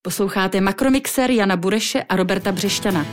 Posloucháte Makromixer Jana Bureše a Roberta Břešťana.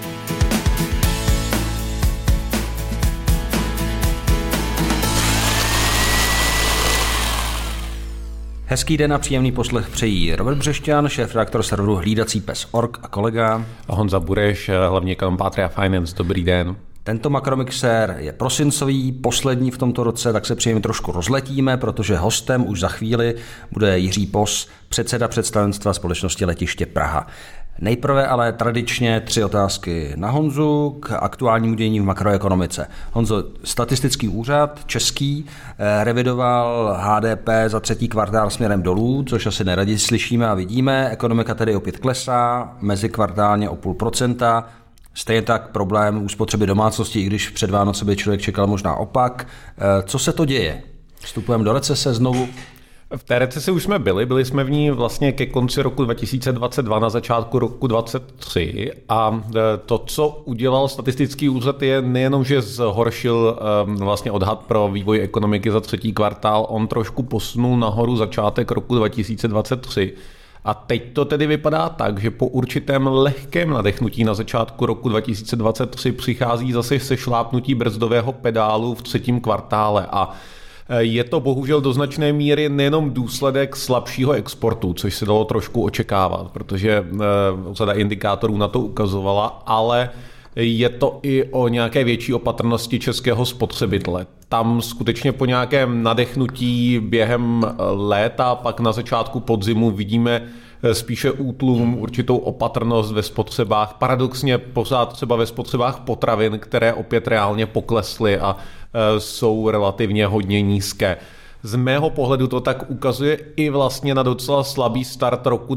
Hezký den a příjemný poslech přejí Robert Břešťan, šéfredaktor serveru Hlídací pes.org a kolega Honza Bureš, hlavně ekonom Patria Finance. Dobrý den. Tento Makromixer je prosincový, poslední v tomto roce, tak se příjemně trošku rozletíme, protože hostem už za chvíli bude Jiří Pos, předseda představenstva společnosti Letiště Praha. Nejprve ale tradičně 3 otázky na Honzu k aktuálnímu dění v makroekonomice. Honzo, statistický úřad český revidoval HDP za 3. kvartál směrem dolů, což asi neradi slyšíme a vidíme. Ekonomika tedy opět klesá, mezikvartálně o 0,5%. Stejně tak problém u spotřeby domácnosti, i když před Vánoce by člověk čekal možná opak. Co se to děje? Vstupujeme do recese znovu? V té recesi už jsme byli jsme v ní vlastně ke konci roku 2022, na začátku roku 2023 a to, co udělal statistický úřad, je nejenom, že zhoršil vlastně odhad pro vývoj ekonomiky za 3. kvartál, on trošku posunul nahoru začátek roku 2023. A teď to tedy vypadá tak, že po určitém lehkém nadechnutí na začátku roku 2023 přichází zase sešlápnutí brzdového pedálu v 3. kvartále a je to bohužel do značné míry nejenom důsledek slabšího exportu, což se dalo trošku očekávat, protože řada indikátorů na to ukazovala, ale je to i o nějaké větší opatrnosti českého spotřebitele. Tam skutečně po nějakém nadechnutí během léta, pak na začátku podzimu vidíme spíše útlum, určitou opatrnost ve spotřebách, paradoxně pořád třeba ve spotřebách potravin, které opět reálně poklesly a jsou relativně hodně nízké. Z mého pohledu to tak ukazuje i vlastně na docela slabý start roku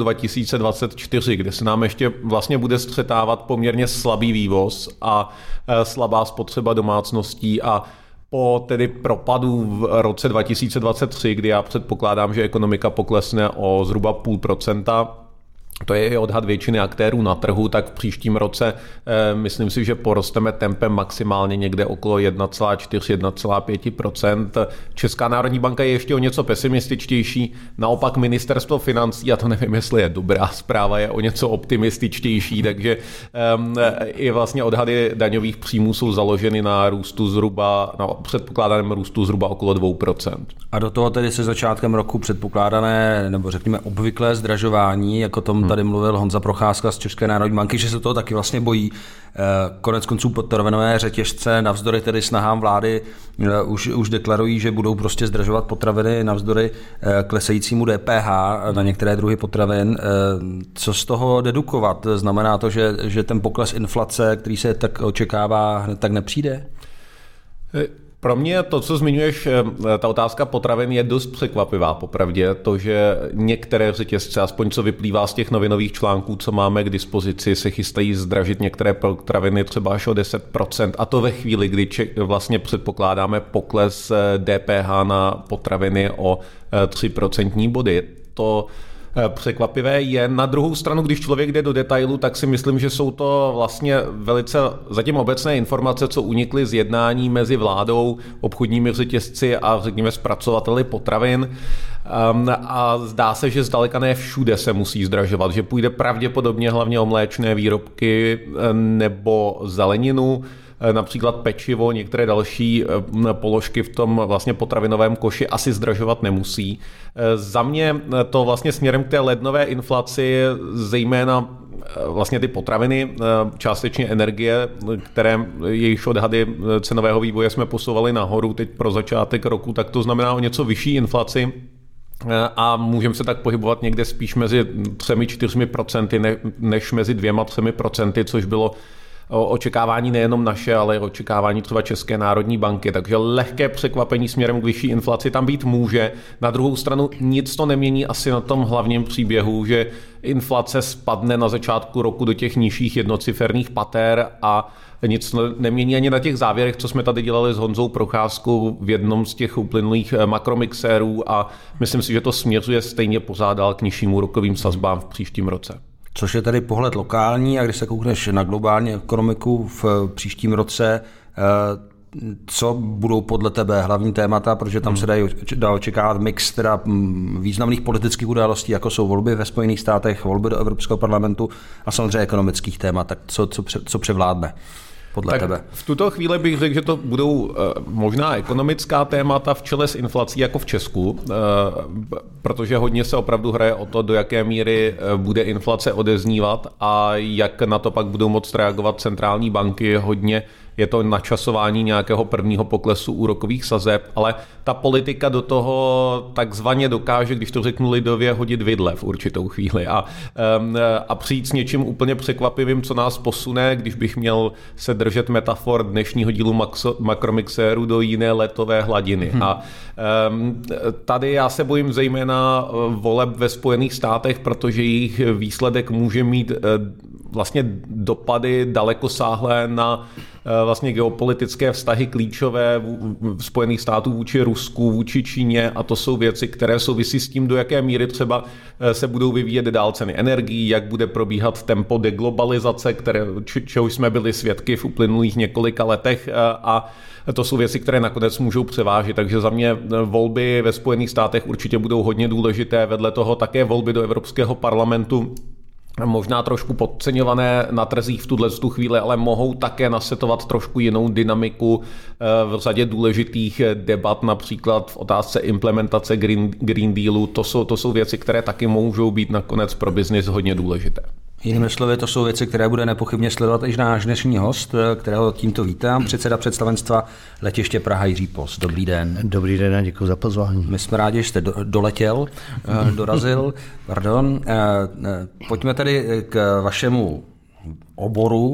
2024, kde se nám ještě vlastně bude střetávat poměrně slabý vývoz a slabá spotřeba domácností a po tedy propadu v roce 2023, kdy já předpokládám, že ekonomika poklesne o zhruba 0,5%, to je i odhad většiny aktérů na trhu, tak v příštím roce myslím si, že porosteme tempem maximálně někde okolo 1,4–1,5%. Česká národní banka je ještě o něco pesimističtější, naopak ministerstvo financí, a to nevím, jestli je dobrá zpráva, je o něco optimističtější, takže i vlastně odhady daňových příjmů jsou založeny na růstu zhruba, na předpokládaném růstu zhruba okolo 2%. A do toho tedy se začátkem roku předpokládané, nebo řekněme obvyklé zdražování, jako tom tady mluvil Honza Procházka z České národní banky, že se toho taky vlastně bojí. Konec konců potravinové řetězce navzdory tedy snahám vlády už deklarují, že budou prostě zdražovat potraviny navzdory klesajícímu DPH na některé druhy potravin. Co z toho dedukovat? Znamená to, že ten pokles inflace, který se tak očekává, hned tak nepřijde? Pro mě to, co zmiňuješ, ta otázka potravin je dost překvapivá popravdě. To, že některé řetězce, aspoň co vyplývá z těch novinových článků, co máme k dispozici, se chystají zdražit některé potraviny třeba až o 10%. A to ve chvíli, kdy vlastně předpokládáme pokles DPH na potraviny o 3% body. To překvapivé je. Na druhou stranu, když člověk jde do detailu, tak si myslím, že jsou to vlastně velice zatím obecné informace, co unikly z jednání mezi vládou, obchodními řetězci a řekněme zpracovateli potravin. A zdá se, že zdaleka ne všude se musí zdražovat, že půjde pravděpodobně hlavně o mléčné výrobky nebo zeleninu, například pečivo, některé další položky v tom vlastně potravinovém koši asi zdražovat nemusí. Za mě to vlastně směrem k té lednové inflaci, zejména vlastně ty potraviny, částečně energie, které jejichž odhady cenového vývoje jsme posouvali nahoru teď pro začátek roku, tak to znamená o něco vyšší inflaci. A můžeme se tak pohybovat někde spíš mezi 3–4% než mezi 2–3%, což bylo očekávání nejenom naše, ale očekávání třeba České národní banky. Takže lehké překvapení směrem k vyšší inflaci tam být může. Na druhou stranu nic to nemění asi na tom hlavním příběhu, že inflace spadne na začátku roku do těch nižších jednociferných pater a nic nemění ani na těch závěrech, co jsme tady dělali s Honzou Procházkou v jednom z těch uplynulých makromixérů a myslím si, že to směřuje stejně pořád dál k nižšímu rokovým sazbám v příštím roce. Což je tady pohled lokální a když se koukneš na globální ekonomiku v příštím roce, Co budou podle tebe hlavní témata, protože tam se dá očekávat mix teda významných politických událostí, jako jsou volby ve Spojených státech, volby do Evropského parlamentu a samozřejmě ekonomických témat. Tak co převládne podle tebe? V tuto chvíli bych řekl, že to budou možná ekonomická témata v čele s inflací jako v Česku, protože hodně se opravdu hraje o to, do jaké míry bude inflace odeznívat a jak na to pak budou moct reagovat centrální banky. Hodně je to načasování nějakého prvního poklesu úrokových sazeb, ale ta politika do toho takzvaně dokáže, když to řeknu lidově, hodit vidle v určitou chvíli a přijít s něčím úplně překvapivým, co nás posune, když bych měl se držet metafor dnešního dílu Makromixéru, do jiné letové hladiny. A tady já se bojím zejména voleb ve Spojených státech, protože jejich výsledek může mít vlastně dopady dalekosáhlé na vlastně geopolitické vztahy klíčové Spojených států vůči Rusku, vůči Číně, a to jsou věci, které souvisí s tím, do jaké míry třeba se budou vyvíjet dál ceny energií, jak bude probíhat tempo deglobalizace, čeho jsme byli svědky v uplynulých několika letech, a to jsou věci, které nakonec můžou převážit. Takže za mě volby ve Spojených státech určitě budou hodně důležité, vedle toho také volby do Evropského parlamentu, možná trošku podceňované na trzích v tuto chvíli, ale mohou také nasetovat trošku jinou dynamiku v řadě důležitých debat, například v otázce implementace Green Dealu. To jsou věci, které taky můžou být nakonec pro biznis hodně důležité. Jinými slovy, to jsou věci, které bude nepochybně sledovat i náš dnešní host, kterého tímto vítám, předseda představenstva Letiště Praha Jiří Pos. Dobrý den. Dobrý den a děkuji za pozvání. My jsme rádi, že jste dorazil. Pardon. Pojďme tedy k vašemu oboru.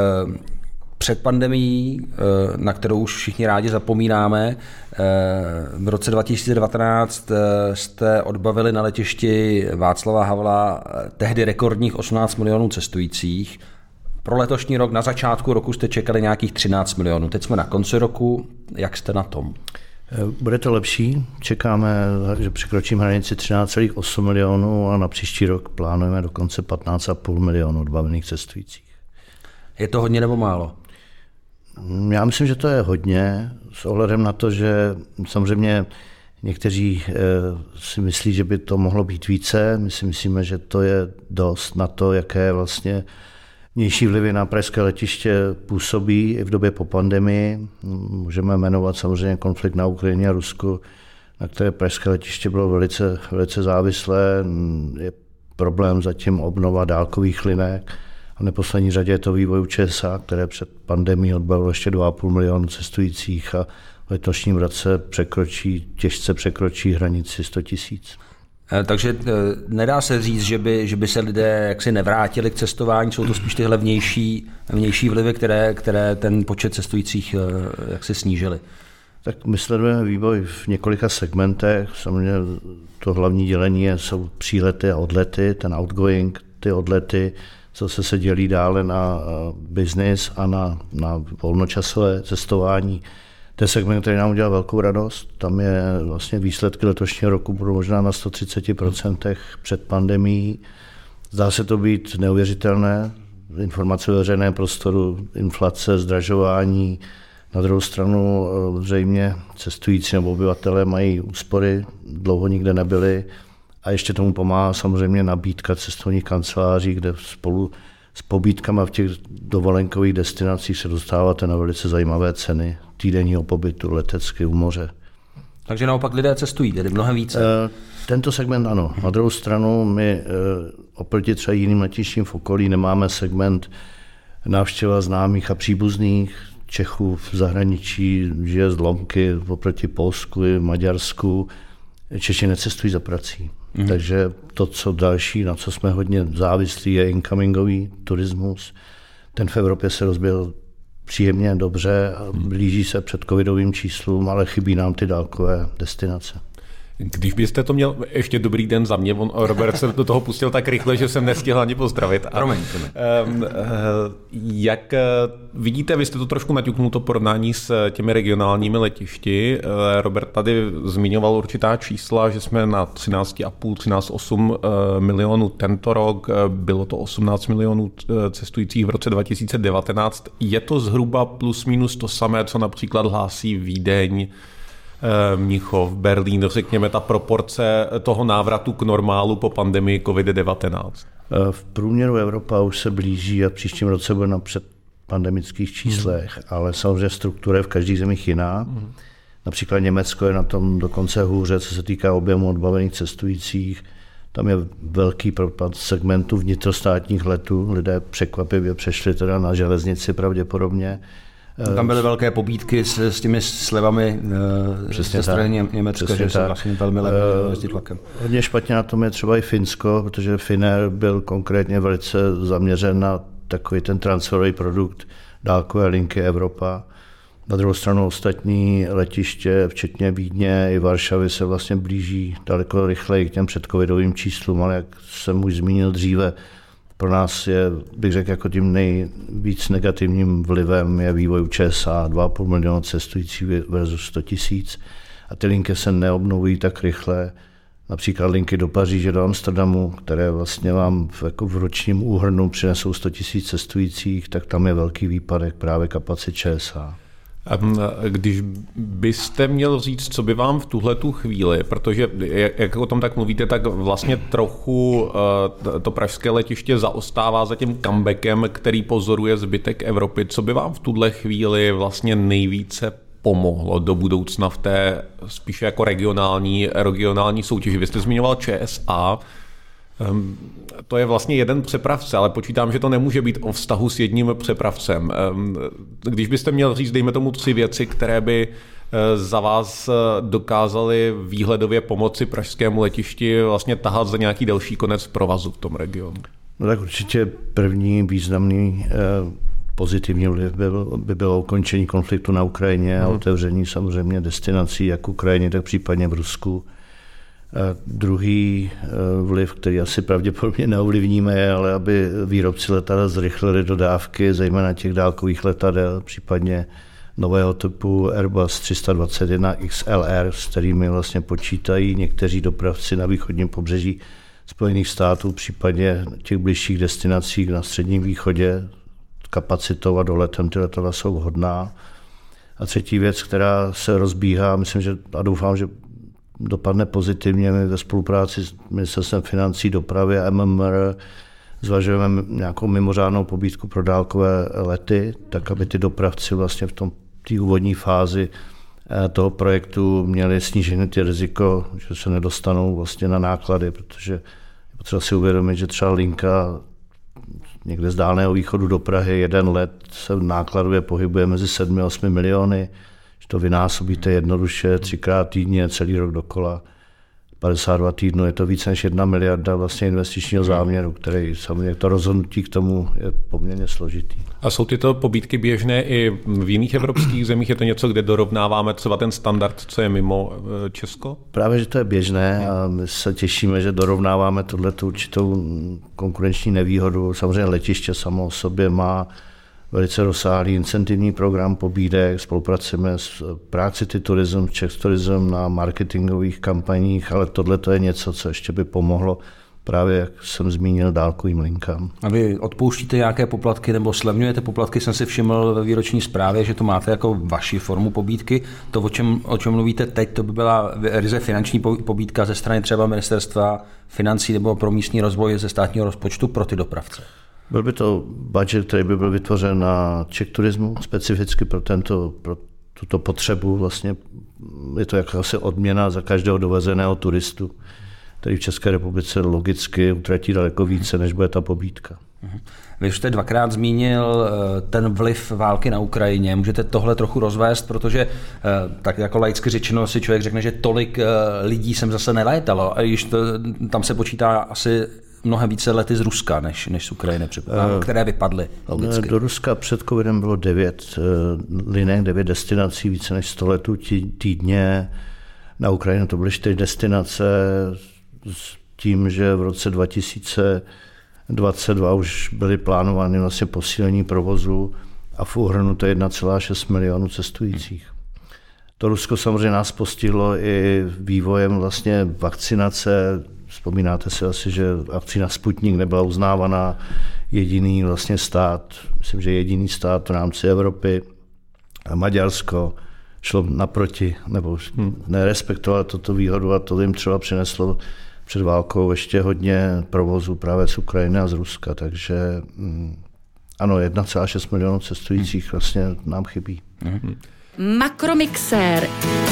Před pandemií, na kterou už všichni rádi zapomínáme, v roce 2019 jste odbavili na letišti Václava Havla tehdy rekordních 18 milionů cestujících. Pro letošní rok na začátku roku jste čekali nějakých 13 milionů. Teď jsme na konci roku. Jak jste na tom? Bude to lepší. Čekáme, že překročíme hranici 13,8 milionů a na příští rok plánujeme dokonce 15,5 milionů odbavených cestujících. Je to hodně nebo málo? Já myslím, že to je hodně, s ohledem na to, že samozřejmě někteří si myslí, že by to mohlo být více. My si myslíme, že to je dost na to, jaké vlastně vnější vlivy na pražské letiště působí i v době po pandemii. Můžeme jmenovat samozřejmě konflikt na Ukrajině a Rusku, na které pražské letiště bylo velice, velice závislé. Je problém zatím obnova dálkových linek. A v neposlední řadě je to vývoj u ČSA, které před pandemií odbavilo ještě 2,5 milionu cestujících a v letošním roce těžce překročí hranici 100 000. Takže nedá se říct, že by se lidé jaksi nevrátili k cestování, jsou to spíš tyhle vnější vlivy, které ten počet cestujících jaksi snížily. Tak my sledujeme vývoj v několika segmentech. Samozřejmě to hlavní dělení jsou přílety a odlety, ten outgoing, ty odlety, co se dělí dále na biznis a na volnočasové cestování. Ten segment, který nám udělal velkou radost, tam je vlastně výsledky letošního roku budou možná na 130% před pandemií. Zdá se to být neuvěřitelné. Informace ve veřejném prostoru, inflace, zdražování. Na druhou stranu zřejmě cestující nebo obyvatelé mají úspory, dlouho nikde nebyli. A ještě tomu pomáhá samozřejmě nabídka cestovních kanceláří, kde spolu s pobídkama v těch dovolenkových destinacích se dostáváte na velice zajímavé ceny týdenního pobytu letecky u moře. Takže naopak lidé cestují, tedy mnohem více. Tento segment ano. Na druhou stranu my oproti třeba jiným letištím v okolí nemáme segment návštěva známých a příbuzných. Čechů v zahraničí žije zlomky oproti Polsku i Maďarsku. Češi necestují za prací. Takže to, co další, na co jsme hodně závislí, je incomingový turismus. Ten v Evropě se rozběhl příjemně, dobře, blíží se před covidovým číslům, ale chybí nám ty dálkové destinace. Když byste to měl, ještě dobrý den za mě, Robert se do toho pustil tak rychle, že jsem nestihl ani pozdravit. Promiň. Jak vidíte, vy jste to trošku naťuknul to porovnání s těmi regionálními letišti. Robert tady zmiňoval určitá čísla, že jsme na 13,8 milionů tento rok, bylo to 18 milionů cestujících v roce 2019. Je to zhruba plus minus to samé, co například hlásí Vídeň, Mnichov, Berlín, řekněme ta proporce toho návratu k normálu po pandemii COVID-19? V průměru Evropa už se blíží a v příštím roce bude na předpandemických číslech, ale samozřejmě struktura je v každých zemích jiná. Například Německo je na tom dokonce hůře, co se týká objemu odbavených cestujících. Tam je velký propad segmentu vnitrostátních letů. Lidé překvapivě přešli teda na železnici pravděpodobně. Tam byly velké pobídky s těmi slevami ze strany Německa, že se vlastně velmi levně jezdit vlakem. Hodně špatně na tom je třeba i Finsko, protože Finnair byl konkrétně velice zaměřen na takový ten transferový produkt dálkové linky Evropa. Na druhou stranu ostatní letiště, včetně Vídně i Varšavy, se vlastně blíží daleko rychleji k těm předcovidovým číslům, ale jak jsem už zmínil dříve, pro nás je, bych řekl, jako tím nejvíc negativním vlivem je vývoj u ČSA, 2,5 milionu cestujících versus 100 000. A ty linky se neobnovují tak rychle. Například linky do Paříže, do Amsterdamu, které vlastně vám v ročním úhrnu přinesou 100 000 cestujících, tak tam je velký výpadek právě kapacit ČSA. Když byste měl říct, co by vám v tuhletu chvíli, protože jak o tom tak mluvíte, tak vlastně trochu to pražské letiště zaostává za tím comebackem, který pozoruje zbytek Evropy. Co by vám v tuhle chvíli vlastně nejvíce pomohlo do budoucna v té spíše jako regionální soutěži? Vy jste zmiňoval ČSA, to je vlastně jeden přepravce, ale počítám, že to nemůže být o vztahu s jedním přepravcem. Když byste měl říct, dejme tomu 3 věci, které by za vás dokázaly výhledově pomoci pražskému letišti vlastně tahat za nějaký další konec provazu v tom regionu. No tak určitě první významný pozitivní vliv by bylo ukončení konfliktu na Ukrajině a otevření samozřejmě destinací jak v Ukrajině, tak případně v Rusku. Druhý vliv, který asi pravděpodobně neovlivníme, je, ale aby výrobci letadel zrychlili dodávky, zejména těch dálkových letadel, případně nového typu Airbus 321 XLR, s kterými vlastně počítají někteří dopravci na východním pobřeží Spojených států, případně těch bližších destinací na Středním východě. Kapacitou a doletem ty letadla jsou vhodná. A třetí věc, která se rozbíhá, myslím, že a doufám, že dopadne pozitivně. My ve spolupráci s Ministerstvem financí, dopravy a MMR zvažujeme nějakou mimořádnou pobídku pro dálkové lety, tak aby ty dopravci vlastně v té úvodní fázi toho projektu měli snížené ty riziko, že se nedostanou vlastně na náklady, protože je potřeba si uvědomit, že třeba linka někde z Dálného východu do Prahy, jeden let se nákladově pohybuje mezi 7 a 8 miliony. Když to vynásobíte jednoduše 3krát týdně, celý rok dokola, 52 týdnů, je to více než 1 miliarda vlastně investičního záměru, který samozřejmě to rozhodnutí k tomu je poměrně složitý. A jsou tyto pobídky běžné i v jiných evropských zemích? Je to něco, kde dorovnáváme třeba ten standard, co je mimo Česko? Právě, že to je běžné a my se těšíme, že dorovnáváme tuto určitou konkurenční nevýhodu. Samozřejmě letiště samo o sobě má velice rozsáhlý incentivní program pobídek, spolupracujeme s Prague City Tourism, Czech Tourism na marketingových kampaních, ale tohle to je něco, co ještě by pomohlo právě, jak jsem zmínil, dálkovým linkám. A vy odpouštíte nějaké poplatky nebo slevňujete poplatky? Jsem si všiml ve výroční zprávě, že to máte jako vaši formu pobídky. To, o čem mluvíte teď, to by byla ryze finanční pobídka ze strany třeba Ministerstva financí nebo pro místní rozvoj ze státního rozpočtu pro ty dopravce. Byl by to budget, který by byl vytvořen na Czech turismu, specificky pro tuto potřebu. Vlastně je to jakási odměna za každého dovezeného turistu, který v České republice logicky utratí daleko více, než bude ta pobídka. Vy už jste 2krát zmínil ten vliv války na Ukrajině. Můžete tohle trochu rozvést, protože tak jako laicky řečeno si člověk řekne, že tolik lidí sem zase nelétalo. A již tam se počítá asi mnohem více lety z Ruska, než z Ukrajiny, které vypadly logicky. Do Ruska před covidem bylo 9 linek, 9 destinací, více než 100 letů týdně. na Ukrajinu. To byly 4 destinace s tím, že v roce 2022 už byly plánovány vlastně posílení provozu a v úhrnu to 1,6 milionu cestujících. To Rusko samozřejmě nás postihlo i vývojem vlastně vakcinace. Vzpomínáte si asi, že vakcína Sputnik nebyla uznávaná, jediný vlastně stát, myslím, že jediný stát v rámci Evropy, Maďarsko, šlo naproti, nebo nerespektovalo toto výhodu a to jim třeba přineslo před válkou ještě hodně provozu právě z Ukrajiny a z Ruska, takže ano, 1,6 milionu cestujících vlastně nám chybí. Makromixér.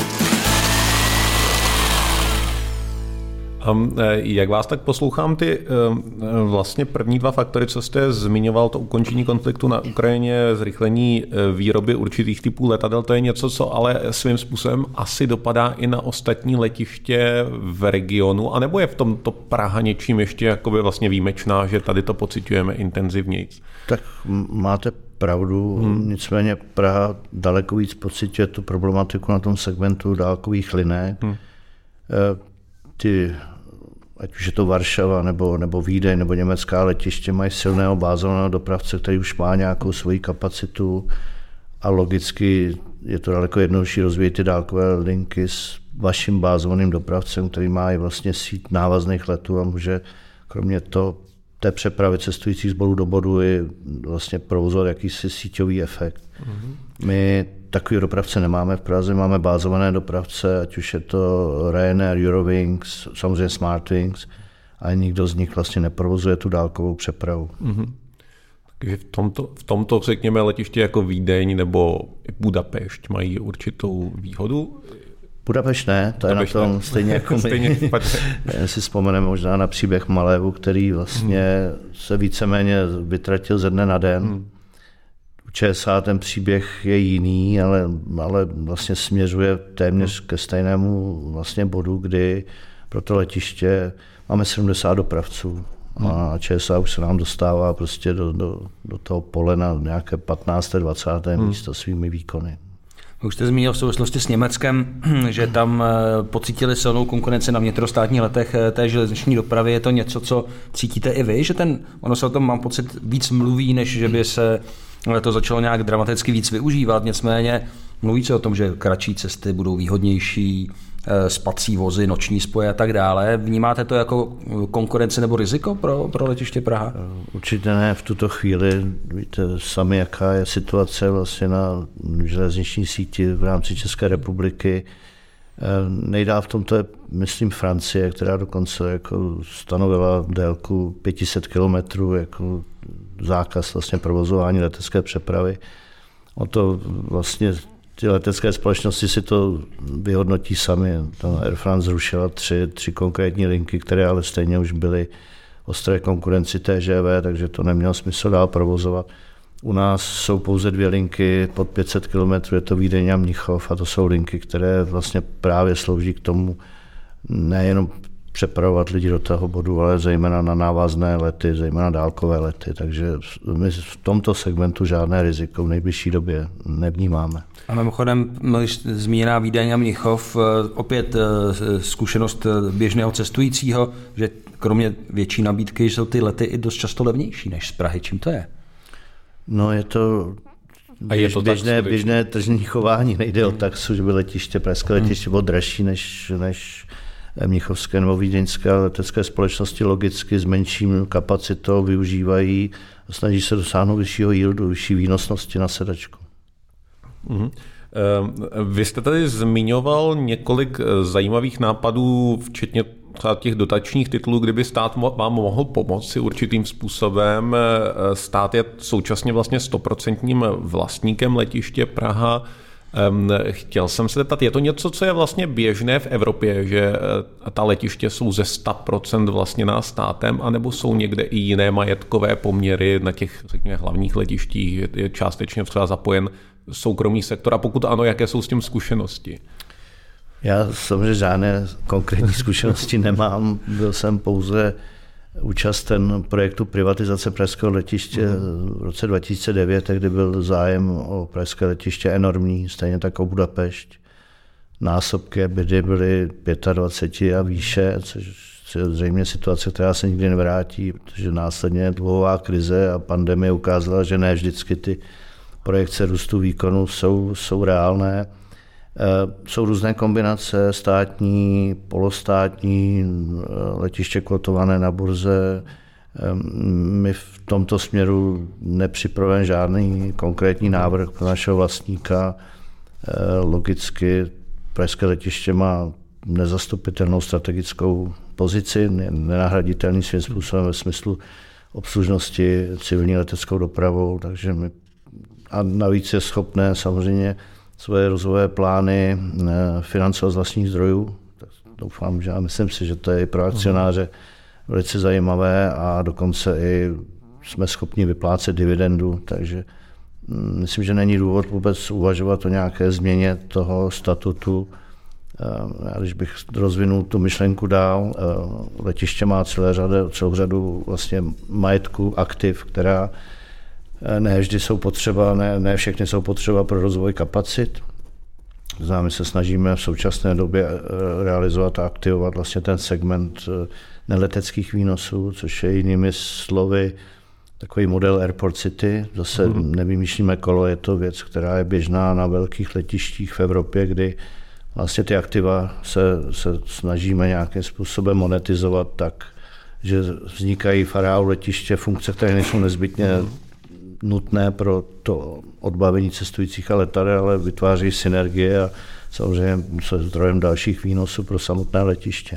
Jak vás tak poslouchám, ty vlastně první 2 faktory, co jste zmiňoval, to ukončení konfliktu na Ukrajině, zrychlení výroby určitých typů letadel, to je něco, co ale svým způsobem asi dopadá i na ostatní letiště v regionu, anebo je v tomto Praha něčím ještě jakoby vlastně výjimečná, že tady to pociťujeme intenzivněji? Tak máte pravdu, nicméně Praha daleko víc pociťuje tu problematiku na tom segmentu dálkových linek. Ty, ať už je to Varšava, nebo Vídeň, nebo německá letiště, mají silného bázovaného dopravce, který už má nějakou svoji kapacitu a logicky je to daleko jednodušší rozvíjet ty dálkové linky s vaším bázovaným dopravcem, který má i vlastně síť návazných letů a může kromě té přepravy cestujících z bodu do bodu i vlastně provozovat jakýsi síťový efekt. My takový dopravce nemáme v Praze, máme bázované dopravce, ať už je to Ryanair, Eurowings, samozřejmě Smartwings, a nikdo z nich vlastně neprovozuje tu dálkovou přepravu. Takže v tomto řekněme letiště jako Vídeň nebo Budapešť mají určitou výhodu? Budapešť ne, to je na tom stejně jako my. Si vzpomeneme možná na příběh Malévu, který vlastně se víceméně vytratil ze dne na den. U ČSA ten příběh je jiný, ale vlastně směřuje téměř ke stejnému vlastně bodu, kdy pro to letiště máme 70 dopravců a ČSA už se nám dostává prostě do toho pole na nějaké 15. 20. místo svými výkony. Už jste zmínil v souvislosti s Německem, že tam pocítili silnou konkurenci na vnitrostátních letech té železniční dopravy. Je to něco, co cítíte i vy, že ono se o tom, mám pocit, víc mluví, než že by se to začalo nějak dramaticky víc využívat. Nicméně mluví se o tom, že kratší cesty budou výhodnější, spací vozy, noční spoje a tak dále. Vnímáte to jako konkurenci nebo riziko pro letiště Praha? Určitě ne v tuto chvíli. Víte sami, jaká je situace vlastně na železniční síti v rámci České republiky. Nejdál v tomto je, myslím, Francie, která dokonce jako stanovila délku 500 kilometrů jako zákaz vlastně provozování letecké přepravy. O to vlastně ty letecké společnosti si to vyhodnotí sami. Air France zrušila tři konkrétní linky, které ale stejně už byly ostré konkurenci TGV, takže to nemělo smysl dál provozovat. U nás jsou pouze 2 linky pod 500 km, je to Vídeň a Mnichov a to jsou linky, které vlastně právě slouží k tomu nejenom přepravovat lidi do toho bodu, ale zejména na návazné lety, zejména dálkové lety. Takže my v tomto segmentu žádné riziko v nejbližší době nevnímáme. A mimochodem, zmíněná Vídeň a Mnichov, opět zkušenost běžného cestujícího, že kromě větší nabídky jsou ty lety i dost často levnější než z Prahy. Čím to je? No je to běžné tržní chování. Nejde o taxu, že by pražské letiště bylo dražší než mnichovské nebo vídeňské letecké společnosti logicky s menším kapacitou využívají a snaží se dosáhnout vyššího yieldu, vyšší výnosnosti na sedačku. Vy jste tady zmiňoval několik zajímavých nápadů, včetně třeba těch dotačních titulů, kdyby stát vám mohl pomoci určitým způsobem. Stát je současně vlastně 100% vlastníkem letiště Praha. Chtěl jsem se zeptat, je to něco, co je vlastně běžné v Evropě, že ta letiště jsou ze 100% vlastněná státem, anebo jsou někde i jiné majetkové poměry na těch, řekněme, hlavních letištích, je částečně třeba zapojen soukromý sektor a pokud ano, jaké jsou s tím zkušenosti? Já samozřejmě žádné konkrétní zkušenosti nemám, byl jsem pouze účasten projektu privatizace pražského letiště v roce 2009, kdy byl zájem o pražské letiště enormní, stejně tak o Budapešť. násobky EBITDA byly 25 a výše, což je zřejmě situace, která se nikdy nevrátí, protože následně dlouhá krize a pandemie ukázala, že ne vždycky ty projekce růstu výkonu jsou reálné. Jsou různé kombinace, státní, polostátní, letiště kotované na burze. My v tomto směru nepřipravujeme žádný konkrétní návrh pro našeho vlastníka. Logicky pražské letiště má nezastupitelnou strategickou pozici, nenahraditelný svým způsobem ve smyslu obslužnosti civilní leteckou dopravou, takže a navíc je schopné samozřejmě svoje rozvojové plány financovat z vlastních zdrojů. Tak doufám, že a myslím si, že to je pro akcionáře velice zajímavé a dokonce i jsme schopni vyplácet dividendu, takže myslím, že není důvod vůbec uvažovat o nějaké změně toho statutu. Když bych rozvinul tu myšlenku dál, letiště má celou řadu vlastně majetku, aktiv, která ne vždy jsou potřeba, ne všechny jsou potřeba pro rozvoj kapacit. My se snažíme v současné době realizovat a aktivovat vlastně ten segment neleteckých výnosů, což je jinými slovy takový model Airport City. Zase nevymýšlíme kolo, je to věc, která je běžná na velkých letištích v Evropě, kdy vlastně ty aktiva se snažíme nějakým způsobem monetizovat tak, že vznikají v areálu letiště funkce, které nejsou nezbytně nutné pro to odbavení cestujících a letadel, ale vytváří synergie a samozřejmě se zdrojem dalších výnosů pro samotné letiště.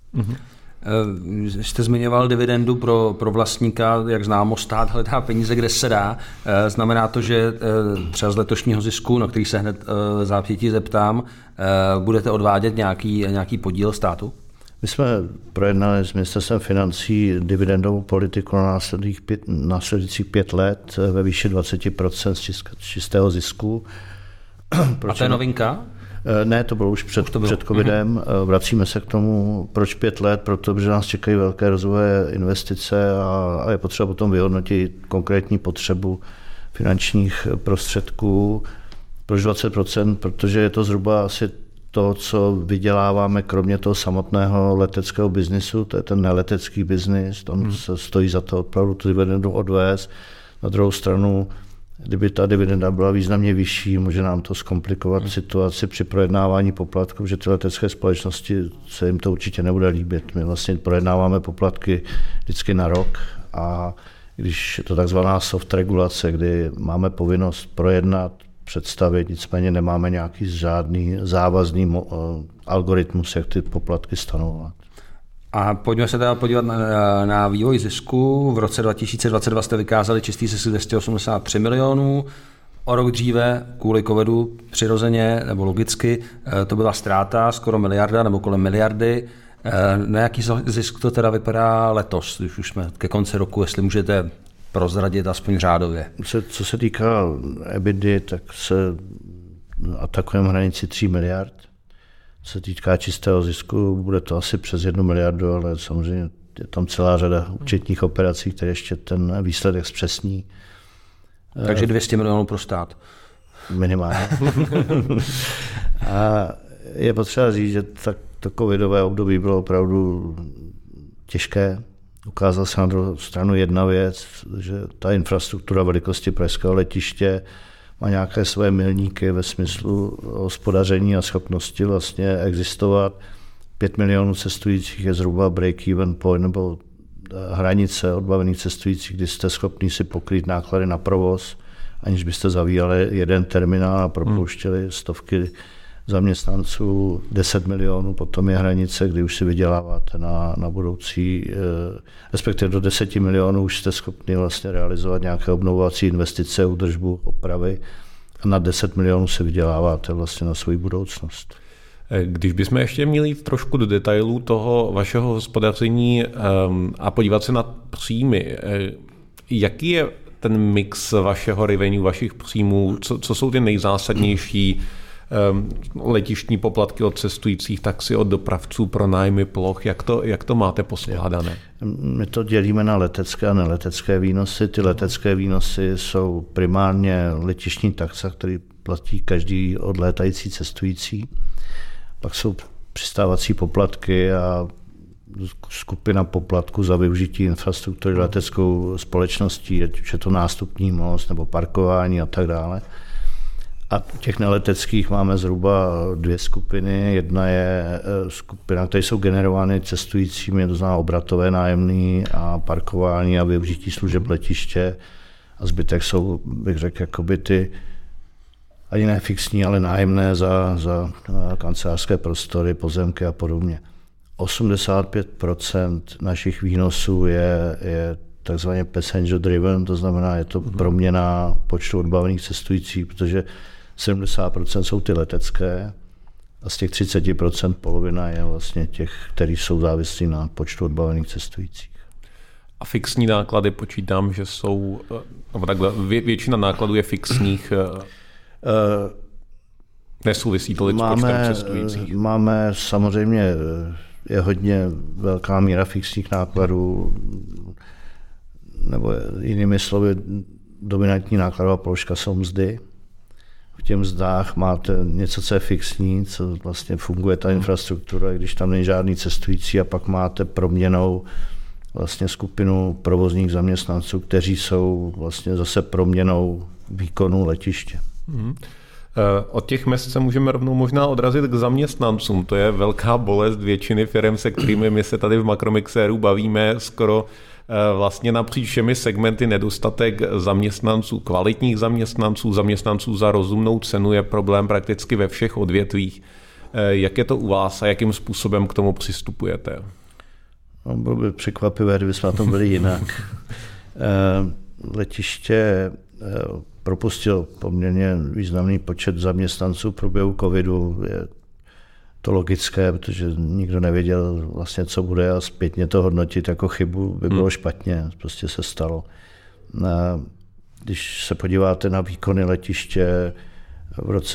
Jste zmiňoval dividendu pro vlastníka, jak známo, stát hledá peníze, kde se dá. Znamená to, že třeba z letošního zisku, na který se hned zápětí zeptám, budete odvádět nějaký podíl státu? My jsme projednali s ministerstvem financí dividendovou politiku na následujících 5 let ve výši 20% z čistého zisku. A to je novinka? Ne, to bylo už před covidem. Vracíme se k tomu, proč 5 let, protože nás čekají velké rozvojové investice a je potřeba potom vyhodnotit konkrétní potřebu finančních prostředků. Proč 20%? Protože je to zhruba asi to, co vyděláváme, kromě toho samotného leteckého biznisu, to je ten neletecký biznis, tam se stojí za to opravdu tu dividendu odvést. Na druhou stranu, kdyby ta dividenda byla významně vyšší, může nám to zkomplikovat situaci při projednávání poplatků, že ty letecké společnosti se jim to určitě nebude líbit. My vlastně projednáváme poplatky vždycky na rok a když je to takzvaná soft regulace, kdy máme povinnost projednat, představit, nicméně nemáme nějaký žádný závazný algoritmus, jak ty poplatky stanovovat. A pojďme se teda podívat na vývoj zisku. V roce 2022 jste vykázali čistý zisk 283 milionů. O rok dříve kvůli covidu přirozeně nebo logicky to byla ztráta skoro miliarda nebo kolem miliardy. Na jaký zisk to teda vypadá letos, když už jsme ke konci roku, jestli můžete prozradit aspoň řádově? Co se týká EBITDA, tak se atakujeme hranici 3 miliard. Co se týká čistého zisku, bude to asi přes 1 miliardu, ale samozřejmě je tam celá řada účetních operací, které ještě ten výsledek zpřesní. Takže 200 milionů pro stát. Minimálně. A je potřeba říct, že to covidové období bylo opravdu těžké. Ukázala se na druhou stranu jedna věc, že ta infrastruktura velikosti pražského letiště má nějaké své milníky ve smyslu hospodaření a schopnosti vlastně existovat. 5 milionů cestujících je zhruba break-even point nebo hranice odbavených cestujících, kdy jste schopni si pokrýt náklady na provoz, aniž byste zavíjali jeden terminál a propouštěli stovky zaměstnanců. 10 milionů, potom je hranice, kdy už si vyděláváte na budoucí, respektive do 10 milionů už jste schopni vlastně realizovat nějaké obnovovací investice, údržbu, opravy a na 10 milionů si vyděláváte vlastně na svou budoucnost. Když bychom ještě měli jít trošku do detailů toho vašeho hospodaření a podívat se na příjmy, jaký je ten mix vašeho revenue, vašich příjmů, co jsou ty nejzásadnější letištní poplatky od cestujících, taxi od dopravců, pronájmy ploch, jak to máte poskládané? My to dělíme na letecké a neletecké výnosy. Ty letecké výnosy jsou primárně letištní taxa, který platí každý odlétající cestující. Pak jsou přistávací poplatky a skupina poplatků za využití infrastruktury leteckou společností, ať je to nástupní most nebo parkování a tak dále. A těch neleteckých máme zhruba 2 skupiny. Jedna je skupina, které jsou generovány cestujícími, to znamená obratové nájemný a parkování a využití služeb letiště. A zbytek jsou, bych řekl, jakoby ty ani ne fixní, ale nájemné za kancelářské prostory, pozemky a podobně. 85% našich výnosů je takzvaně passenger driven, to znamená, je to proměna počtu odbavených cestujících, protože 70% jsou ty letecké a z těch 30% polovina je vlastně těch, kteří jsou závislí na počtu odbavených cestujících. A fixní náklady počítám, že jsou, nebo takhle, většina nákladů je fixních, nesouvisí tolik s počtem cestujících. Máme samozřejmě, je hodně velká míra fixních nákladů, nebo jinými slovy, dominantní nákladová položka jsou mzdy. V těch mzdách máte něco, co je fixní, co vlastně funguje ta infrastruktura, když tam není žádný cestující, a pak máte proměnou vlastně skupinu provozních zaměstnanců, kteří jsou vlastně zase proměnou výkonu letiště. Od těch mezd se můžeme rovnou možná odrazit k zaměstnancům. To je velká bolest většiny firm, se kterými my se tady v Makromixéru bavíme, skoro vlastně napříč všemi segmenty nedostatek zaměstnanců, kvalitních zaměstnanců, zaměstnanců za rozumnou cenu je problém prakticky ve všech odvětvích. Jak je to u vás a jakým způsobem k tomu přistupujete? No, bylo by překvapivé, kdyby jsme na tom byli jinak. Letiště propustil poměrně významný počet zaměstnanců v průběhu covidu. Je to logické, protože nikdo nevěděl vlastně, co bude, a zpětně to hodnotit jako chybu by bylo špatně, prostě se stalo. Když se podíváte na výkony letiště, v roce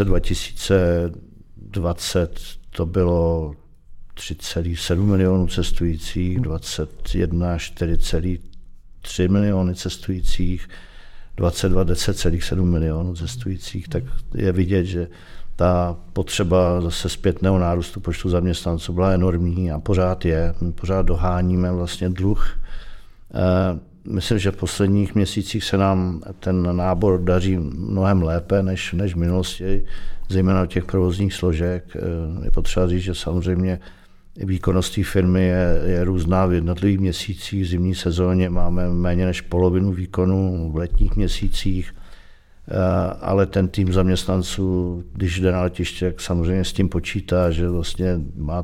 2020 to bylo 3,7 milionů cestujících, 21 4,3 miliony cestujících, 22 10,7 milionů cestujících, tak je vidět, že ta potřeba zase zpětného nárůstu počtu zaměstnanců byla enormní a pořád je. My pořád doháníme vlastně dluh. Myslím, že v posledních měsících se nám ten nábor daří mnohem lépe než v minulosti, zejména těch provozních složek. Je potřeba říct, že samozřejmě výkonnost té firmy je různá v jednotlivých měsících. V zimní sezóně máme méně než polovinu výkonu, v letních měsících, ale ten tým zaměstnanců, když jde na letiště, tak samozřejmě s tím počítá, že vlastně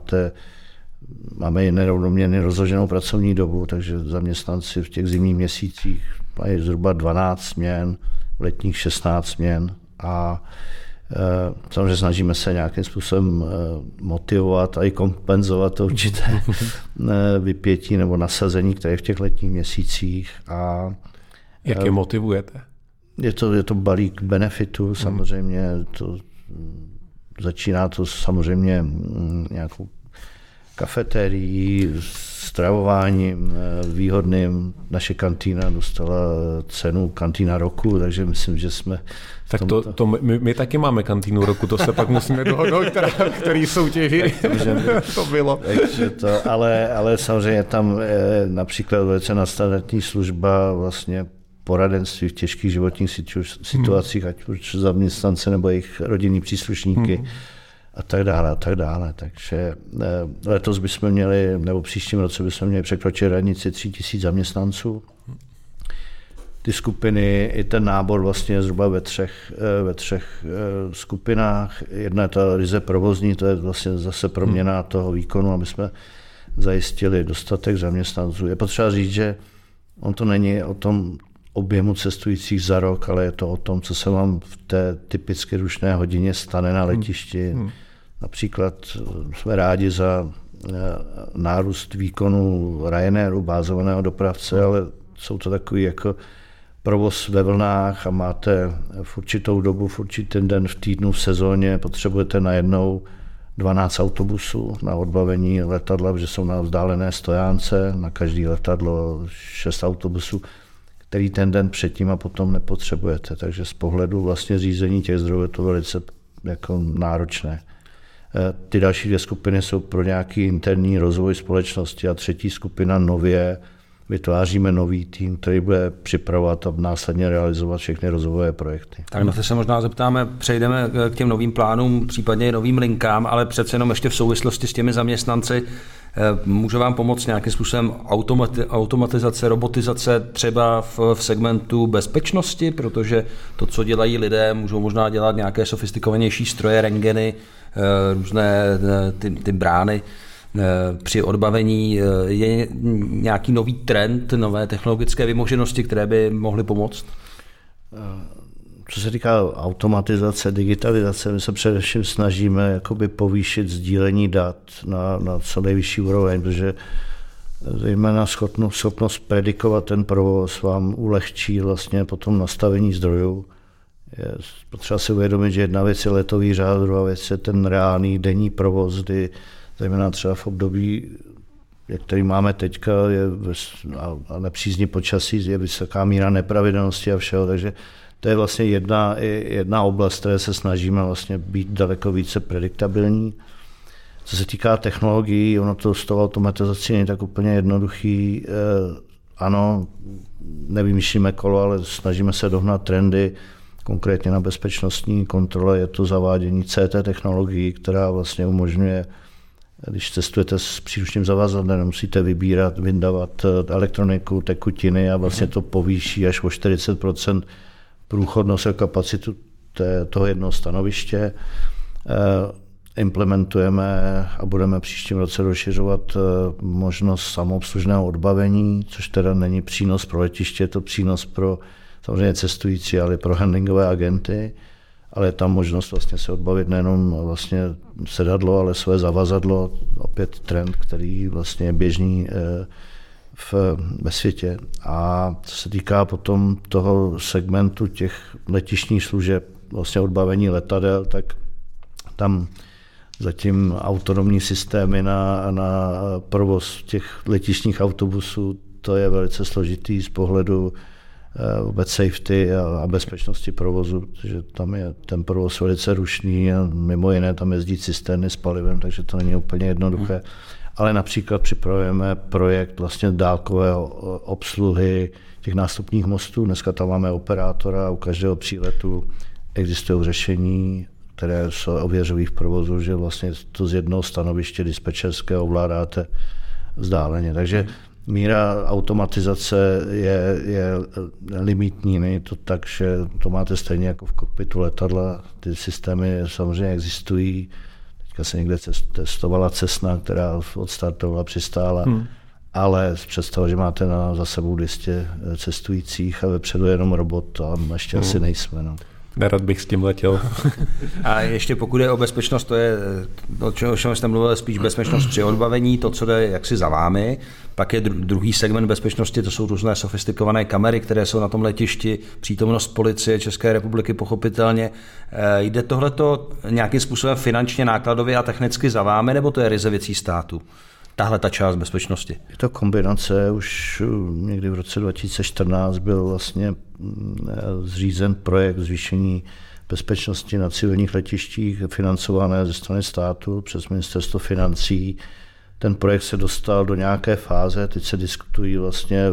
máme nerovnoměrně rozloženou pracovní dobu, takže zaměstnanci v těch zimních měsících mají zhruba 12 směn, v letních 16 směn a samozřejmě snažíme se nějakým způsobem motivovat a i kompenzovat to určité vypětí nebo nasazení, které je v těch letních měsících. A jak je motivujete? Je to balík benefitů, samozřejmě. Začíná to samozřejmě nějakou kafetérií, stravováním výhodným. Naše kantýna dostala cenu kantýna roku, takže myslím, že jsme... Tak my taky máme kantýnu roku, to se pak musíme dohodnout, který soutěží. To bylo. Ale samozřejmě tam například velice nadstandardní služba, vlastně poradenství v těžkých životních situacích, ať už zaměstnance nebo jejich rodinní příslušníky. A tak dále. Takže letos bychom měli, nebo příštím roce bychom měli překročit hranici 3 000 zaměstnanců. Ty skupiny, i ten nábor vlastně je zhruba ve třech skupinách. Jedna je ta ryze provozní, to je vlastně zase proměna toho výkonu, aby jsme zajistili dostatek zaměstnanců. Je potřeba říct, že on to není o tom objemu cestujících za rok, ale je to o tom, co se vám v té typicky rušné hodině stane na letišti. Například jsme rádi za nárůst výkonu Ryanairu, bázovaného dopravce, ale jsou to takový jako provoz ve vlnách a máte v určitou dobu, v určitý den v týdnu, v sezóně, potřebujete najednou 12 autobusů na odbavení letadla, protože jsou na vzdálené stojánce, na každé letadlo 6 autobusů, který ten den předtím a potom nepotřebujete. Takže z pohledu vlastně řízení těch zdrojů je to velice jako náročné. Ty další 2 skupiny jsou pro nějaký interní rozvoj společnosti a třetí skupina nově vytváříme nový tým, který bude připravovat a následně realizovat všechny rozvojové projekty. Tak na to se možná zeptáme, přejdeme k těm novým plánům, případně novým linkám, ale přece jenom ještě v souvislosti s těmi zaměstnanci může vám pomoct nějakým způsobem automatizace, robotizace třeba v segmentu bezpečnosti, protože to, co dělají lidé, můžou možná dělat nějaké sofistikovanější stroje, rentgeny, různé ty brány při odbavení. Je nějaký nový trend, nové technologické vymoženosti, které by mohly pomoct? Co se týká automatizace, digitalizace, my se především snažíme jakoby povýšit sdílení dat na co nejvyšší úroveň, protože zejména schopnost predikovat ten provoz vám ulehčí vlastně potom nastavení zdrojů. Je potřeba si uvědomit, že jedna věc je letový řád, druhá věc je ten reálný denní provoz, kdy zejména třeba v období, který máme teďka, a nepřízní počasí, je vysoká míra nepravidelnosti a všeho, takže to je vlastně jedna oblast, které se snažíme vlastně být daleko více prediktabilní. Co se týká technologií, ono to s tou automatizací není tak úplně jednoduchý. Ano, nevymýšlíme kolo, ale snažíme se dohnat trendy, konkrétně na bezpečnostní kontrole je to zavádění CT technologií, která vlastně umožňuje, když cestujete s příručním zavazadlem, nemusíte vyndavat elektroniku, tekutiny a vlastně to povýší až o 40% průchodnost a kapacitu toho jednoho stanoviště. Implementujeme a budeme příštím roce rozšiřovat možnost samoobslužného odbavení, což teda není přínos pro letiště, je to přínos pro samozřejmě cestující, ale pro handlingové agenty. Ale je tam možnost vlastně se odbavit nejenom vlastně sedadlo, ale své zavazadlo, opět trend, který vlastně je běžný ve světě. A co se týká potom toho segmentu těch letištních služeb, vlastně odbavení letadel, tak tam zatím autonomní systémy na provoz těch letištních autobusů, to je velice složitý z pohledu vůbec safety a bezpečnosti provozu, protože tam je ten provoz velice rušný a mimo jiné tam jezdí cisterny s palivem, takže to není úplně jednoduché. Ale například připravujeme projekt vlastně dálkové obsluhy těch nástupních mostů. Dneska tam máme operátora, u každého příletu existují řešení, které jsou ověřují v provozu, že vlastně to z jednoho stanoviště dispečerského ovládáte vzdáleně. Takže míra automatizace je limitní, není to tak, že to máte stejně jako v kokpitu letadla. Ty systémy samozřejmě existují. Teďka se někde testovala Cessna, která odstartovala, přistála, ale představa, že máte za sebou 200 cestujících a vepředu jenom robot, a ještě asi nejsme. No. Nerad bych s tím letěl. A ještě pokud je o bezpečnost, to je, o čem jste mluvili, spíš bezpečnost při odbavení, to, co jde jaksi za vámi. Pak je druhý segment bezpečnosti, to jsou různé sofistikované kamery, které jsou na tom letišti, přítomnost policie České republiky pochopitelně. Jde tohleto nějakým způsobem finančně, nákladově a technicky za vámi, nebo to je ryze věcí státu? Tahle ta část bezpečnosti. Je to kombinace, už někdy v roce 2014 byl vlastně zřízen projekt zvýšení bezpečnosti na civilních letištích, financované ze strany státu přes ministerstvo financí. Ten projekt se dostal do nějaké fáze, teď se diskutují vlastně,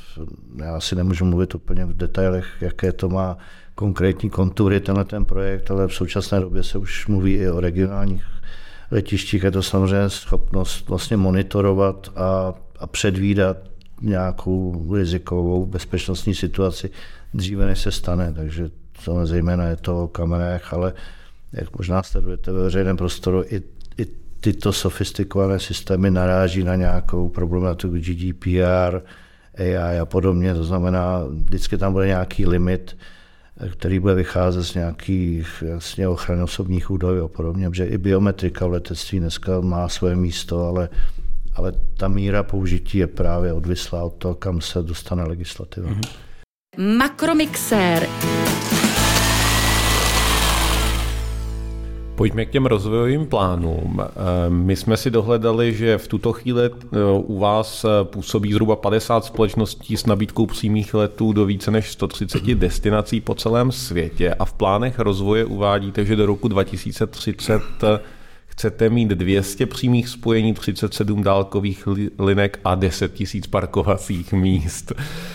já si nemůžu mluvit úplně v detailech, jaké to má konkrétní kontury ten projekt, ale v současné době se už mluví i o regionálních letištích. Je to samozřejmě schopnost vlastně monitorovat a předvídat nějakou rizikovou bezpečnostní situaci dříve, než se stane. Takže samozřejmě je to o kamerách, ale jak možná sledujete ve veřejném prostoru, i tyto sofistikované systémy naráží na nějakou problematiku GDPR, AI a podobně. To znamená, vždycky tam bude nějaký limit, který bude vycházet z nějakých vlastně ochrany osobních údajů a podobně, protože i biometrika v letectví dneska má svoje místo, ale ta míra použití je právě odvislá od toho, kam se dostane legislativa. Makromixér. Pojďme k těm rozvojovým plánům. My jsme si dohledali, že v tuto chvíli u vás působí zhruba 50 společností s nabídkou přímých letů do více než 130 destinací po celém světě a v plánech rozvoje uvádíte, že do roku 2030 chcete mít 200 přímých spojení, 37 dálkových linek a 10 000 parkovacích míst.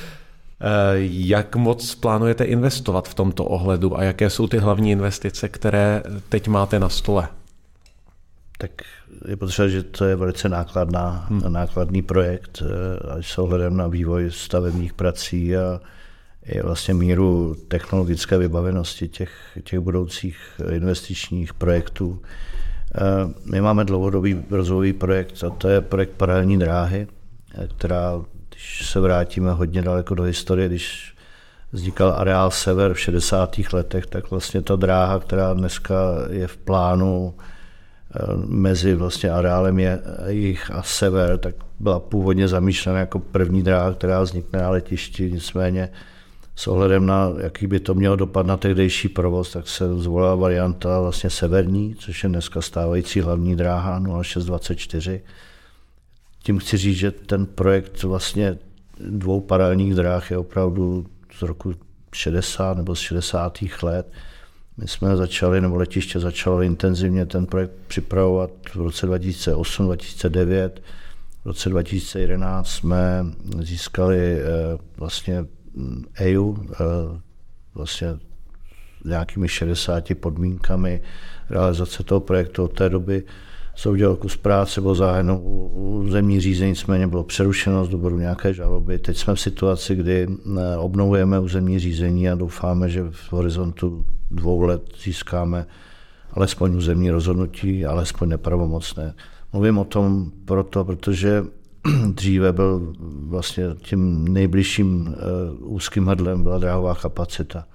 Jak moc plánujete investovat v tomto ohledu a jaké jsou ty hlavní investice, které teď máte na stole? Tak je potřeba, že to je velice nákladný projekt, až s ohledem na vývoj stavebních prací a je vlastně míru technologické vybavenosti těch budoucích investičních projektů. My máme dlouhodobý rozvojový projekt a to je projekt paralelní dráhy, která, když se vrátíme hodně daleko do historie, když vznikal areál Sever v 60. letech, tak vlastně ta dráha, která dneska je v plánu mezi vlastně areálem jih a sever, tak byla původně zamýšlena jako první dráha, která vznikne na letišti, nicméně s ohledem na, jaký by to mělo dopad na tehdejší provoz, tak se zvolila varianta vlastně severní, což je dneska stávající hlavní dráha 0624. Tím chci říct, že ten projekt vlastně dvou paralelních dráh je opravdu z roku 60 nebo z 60. let. My jsme začali, nebo letiště začalo intenzivně ten projekt připravovat v roce 2008-2009. V roce 2011 jsme získali vlastně EU, vlastně nějakými 60 podmínkami realizace toho projektu. Od té doby se udělal kus práce, bylo zahájeno územní řízení, nicméně bylo přerušeno z důvodu nějaké žaloby. Teď jsme v situaci, kdy obnovujeme územní řízení a doufáme, že v horizontu 2 let získáme alespoň územní rozhodnutí, alespoň nepravomocné. Mluvím o tom protože dříve byl vlastně tím nejbližším úzkým hrdlem byla dráhová kapacita.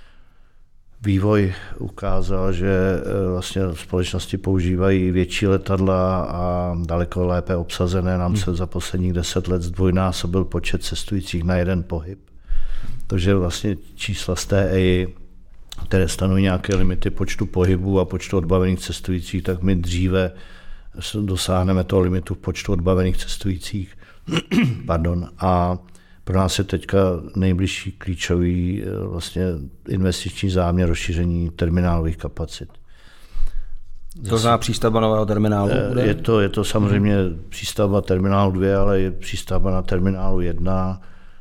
Vývoj ukázal, že vlastně společnosti používají větší letadla a daleko lépe obsazené. Nám se za posledních 10 let zdvojnásobil počet cestujících na jeden pohyb. Takže vlastně čísla z té EI, které stanoví nějaké limity počtu pohybů a počtu odbavených cestujících, tak my dříve dosáhneme toho limitu v počtu odbavených cestujících. Pardon. A pro nás je teďka nejbližší klíčový vlastně investiční záměr rozšíření terminálových kapacit. To znamená přístavba nového terminálu? Je to samozřejmě přístavba terminálu 2, ale je přístavba na terminálu 1.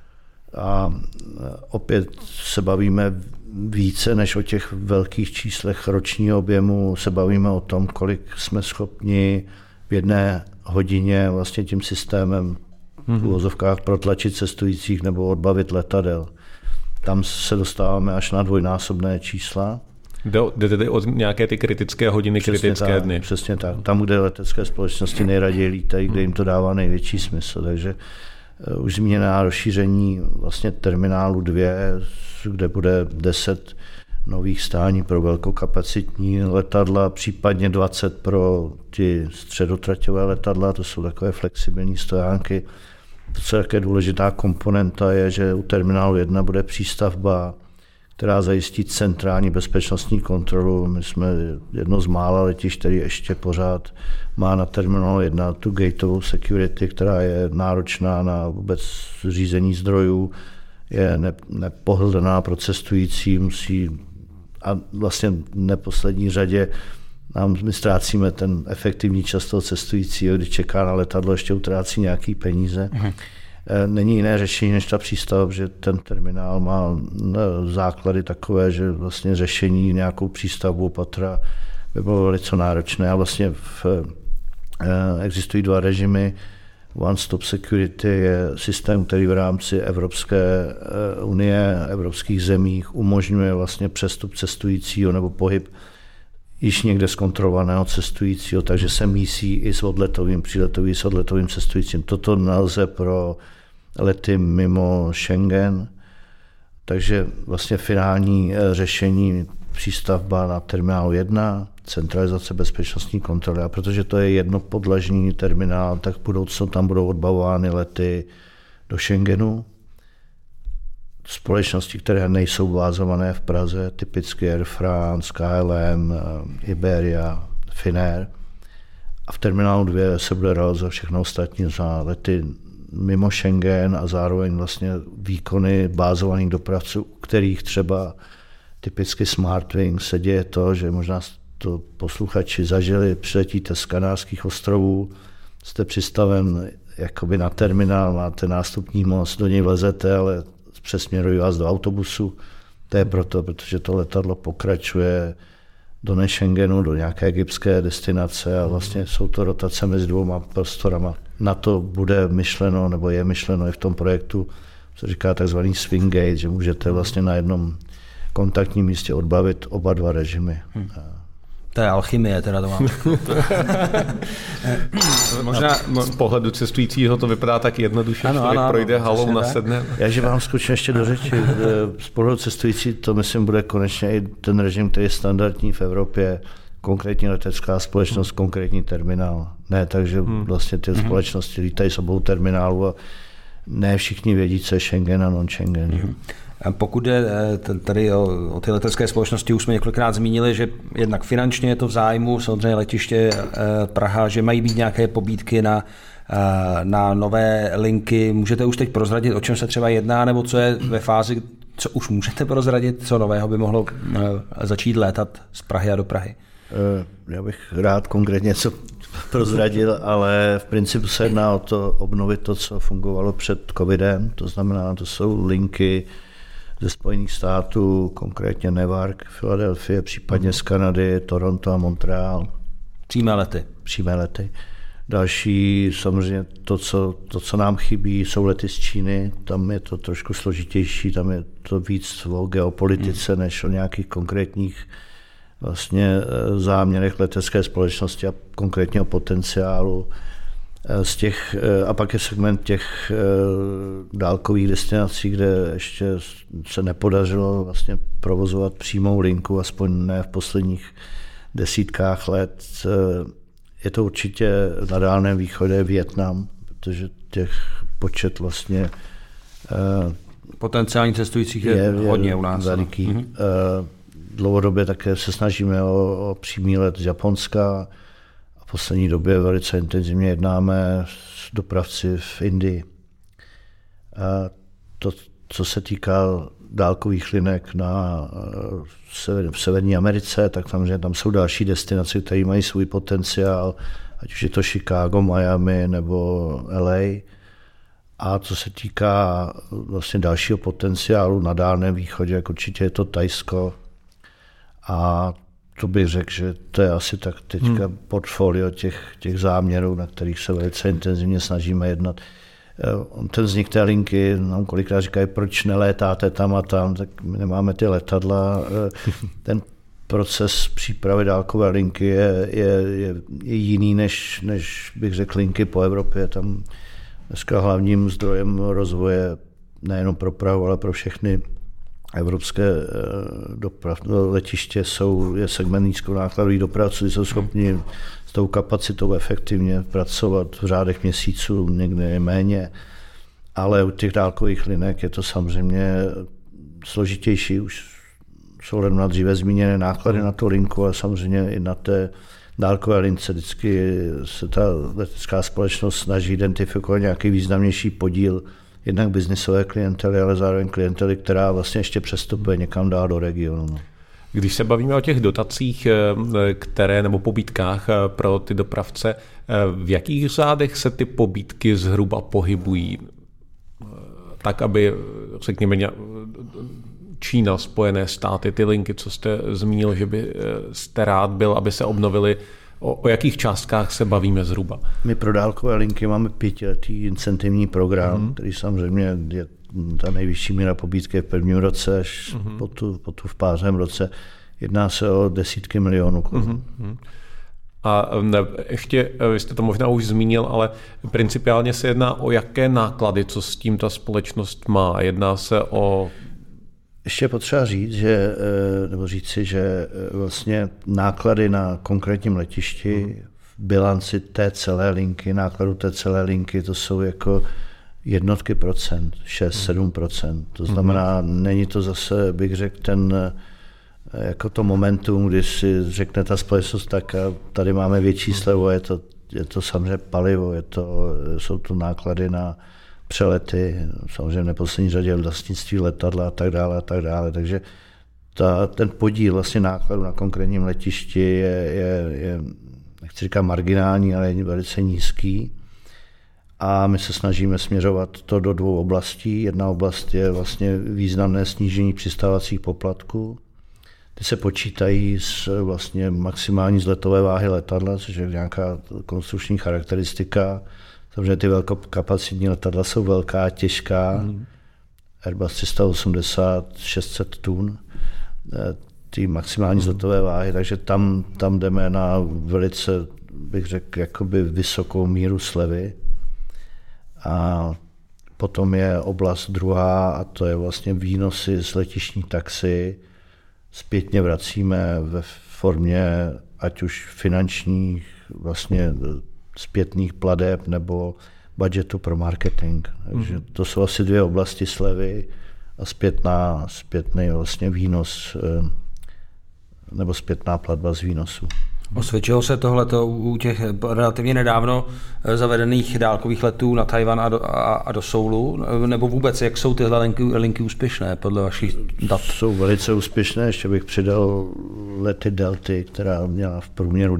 A opět se bavíme více než o těch velkých číslech ročního objemu, se bavíme o tom, kolik jsme schopni v 1 hodině vlastně tím systémem v uvozovkách protlačit cestujících nebo odbavit letadel. Tam se dostáváme až na dvojnásobné čísla. Jde tedy od nějaké ty kritické hodiny, přesně kritické dny. Přesně tak. Tam, kde letecké společnosti nejraději lítají, kde jim to dává největší smysl. Takže už zmíněná rozšíření vlastně terminálu 2, kde bude 10 nových stání pro velkokapacitní letadla, případně 20 pro ty středotraťové letadla, to jsou takové flexibilní stojánky. To, co je také důležitá komponenta, je, že u terminálu 1 bude přístavba, která zajistí centrální bezpečnostní kontrolu. My jsme jedno z mála letišť, který ještě pořád má na terminálu 1 tu gateovou security, která je náročná na vůbec řízení zdrojů, je nepohodlná pro cestující, a vlastně v neposlední řadě my ztrácíme ten efektivní čas toho cestujícího, když čeká na letadlo, ještě utrácí nějaký peníze. Není jiné řešení než ta přístavba, že ten terminál má základy takové, že vlastně řešení nějakou přístavbu patra by bylo velice náročné. A vlastně existují 2 režimy. One Stop Security je systém, který v rámci Evropské unie, evropských zemích umožňuje vlastně přestup cestujícího nebo pohyb již někde zkontrolovaného cestujícího, takže se mísí i s příletovým s odletovým cestujícím. Toto nelze pro lety mimo Schengen, takže vlastně finální řešení přístavba na terminálu 1, centralizace bezpečnostní kontroly. A protože to je jednopodlažní terminál, tak v budoucnu tam budou odbavovány lety do Schengenu. Společnosti, které nejsou bázované v Praze, typicky Air France, KLM, Iberia, Finnair. A v terminálu 2 se bude realizovat všechno ostatní za lety mimo Schengen a zároveň vlastně výkony bázovaných dopravců, kterých třeba typicky Smartwings se děje to, že možná to posluchači zažili, přiletíte z Kanárských ostrovů, jste přistaven jakoby na terminál, máte nástupní most, do něj vlezete, ale přesměrují vás do autobusu. To je proto, protože to letadlo pokračuje do Schengenu, do nějaké egyptské destinace a vlastně jsou to rotace mezi dvouma prostorama. Na to bude myšleno, nebo je myšleno i v tom projektu, co říká takzvaný swing gate, že můžete vlastně na jednom kontaktním místě odbavit oba dva režimy. To je alchymie, teda to mám. Možná z pohledu cestujícího to vypadá tak jednoduše, že člověk projde halou, nasedne. Já, že vám skočím ještě do řeči. Z pohledu cestující to myslím bude konečně i ten režim, který je standardní v Evropě, konkrétní letecká společnost, konkrétní terminál. Ne, takže vlastně ty společnosti lítají s obou terminálů a ne všichni vědí, co je Schengen a non-Schengen. Pokud je tady o ty letecké společnosti, už jsme několikrát zmínili, že jednak finančně je to v zájmu, samozřejmě letiště Praha, že mají být nějaké pobídky na nové linky. Můžete už teď prozradit, o čem se třeba jedná, nebo co je ve fázi, co už můžete prozradit, co nového by mohlo začít létat z Prahy a do Prahy? Já bych rád konkrétně něco prozradil, ale v principu se jedná o to obnovit to, co fungovalo před covidem, to znamená, to jsou linky ze Spojených států, konkrétně Newark, Filadelfie, případně z Kanady, Toronto a Montreal. Přímé lety. Další, samozřejmě to, co nám chybí, jsou lety z Číny. Tam je to trošku složitější, tam je to víc o geopolitice, než o nějakých konkrétních vlastně záměrech letecké společnosti a konkrétně o potenciálu. A pak je segment těch dálkových destinací, kde ještě se nepodařilo vlastně provozovat přímou linku, aspoň ne v posledních desítkách let. Je to určitě na Dálném východě Vietnam, protože těch počet vlastně potenciální cestujících je hodně u nás. Veliký. Dlouhodobě také se snažíme o přímý let z Japonska. V poslední době velice intenzivně jednáme s dopravci v Indii. A to, co se týká dálkových linek v Severní Americe, tak samozřejmě tam jsou další destinace, které mají svůj potenciál, ať už je to Chicago, Miami nebo LA. A co se týká vlastně dalšího potenciálu na Dálném východě, jak určitě je to Thajsko. A to bych řekl, že to je asi tak teďka portfolio těch záměrů, na kterých se velice intenzivně snažíme jednat. Ten vznik té linky, nám kolikrát říkají, proč nelétáte tam a tam, tak my nemáme ty letadla. Ten proces přípravy dálkové linky je jiný, než bych řekl linky po Evropě. Tam dneska hlavním zdrojem rozvoje nejenom pro Prahu, ale pro všechny evropské letiště je segment nízkonákladových dopravců, jsou schopni s tou kapacitou efektivně pracovat v řádech měsíců, někde méně, ale u těch dálkových linek je to samozřejmě složitější, už jsou jen na dříve zmíněné náklady na tu linku, ale samozřejmě i na té dálkové lince vždycky se ta letecká společnost snaží identifikovat nějaký významnější podíl jednak biznisové klientely, ale zároveň klientely, která vlastně ještě přestupuje někam dál do regionu. Když se bavíme o těch dotacích, nebo pobídkách pro ty dopravce, v jakých řádech se ty pobídky zhruba pohybují? Tak, aby, řekněme, Čína, Spojené státy, ty linky, co jste zmínil, že byste rád byl, aby se obnovily, o jakých částkách se bavíme zhruba? My pro dálkové linky máme 5letý incentivní program, který samozřejmě je ta nejvyšší míra pobídky v prvním roce až po tu v pářém roce. Jedná se o desítky milionů korun. A ještě, vy jste to možná už zmínil, ale principiálně se jedná o jaké náklady, co s tím ta společnost má? Jedná se o... Ještě potřeba říct, že vlastně náklady na konkrétním letišti v bilanci té celé linky, nákladu té celé linky, to jsou jako jednotky procent, 6-7%. To znamená, není to zase, bych řekl, jako to momentum, kdy si řekne ta společnost, tak tady máme větší slevu, je to samozřejmě palivo, jsou to náklady na přelety, samozřejmě v neposlední řadě vlastnictví letadla a tak dále. Takže ten podíl vlastně nákladu na konkrétním letišti je nechci říkat marginální, ale je velice nízký. A my se snažíme směřovat to do 2 oblastí. Jedna oblast je vlastně významné snížení přistávacích poplatků. Ty se počítají s vlastně maximální vzletové váhy letadla, což je nějaká konstrukční charakteristika. Samozřejmě ty velkokapacitní letadla jsou velká, těžká. Airbus 380, 600 tun. Ty maximální vzletové váhy, takže tam jdeme na velice, bych řekl, jakoby vysokou míru slevy. A potom je oblast druhá, a to je vlastně výnosy z letištní taxi. Zpětně vracíme ve formě ať už finančních vlastně zpětných plateb nebo budgetu pro marketing. Takže to jsou asi 2 oblasti slevy a zpětný vlastně výnos nebo zpětná platba z výnosu. Osvědčilo se tohleto u těch relativně nedávno zavedených dálkových letů na Tchaj-wan a do Soulu, nebo vůbec, jak jsou tyhle linky úspěšné podle vašich dat? Jsou velice úspěšné, ještě bych přidal lety Delty, která měla v průměru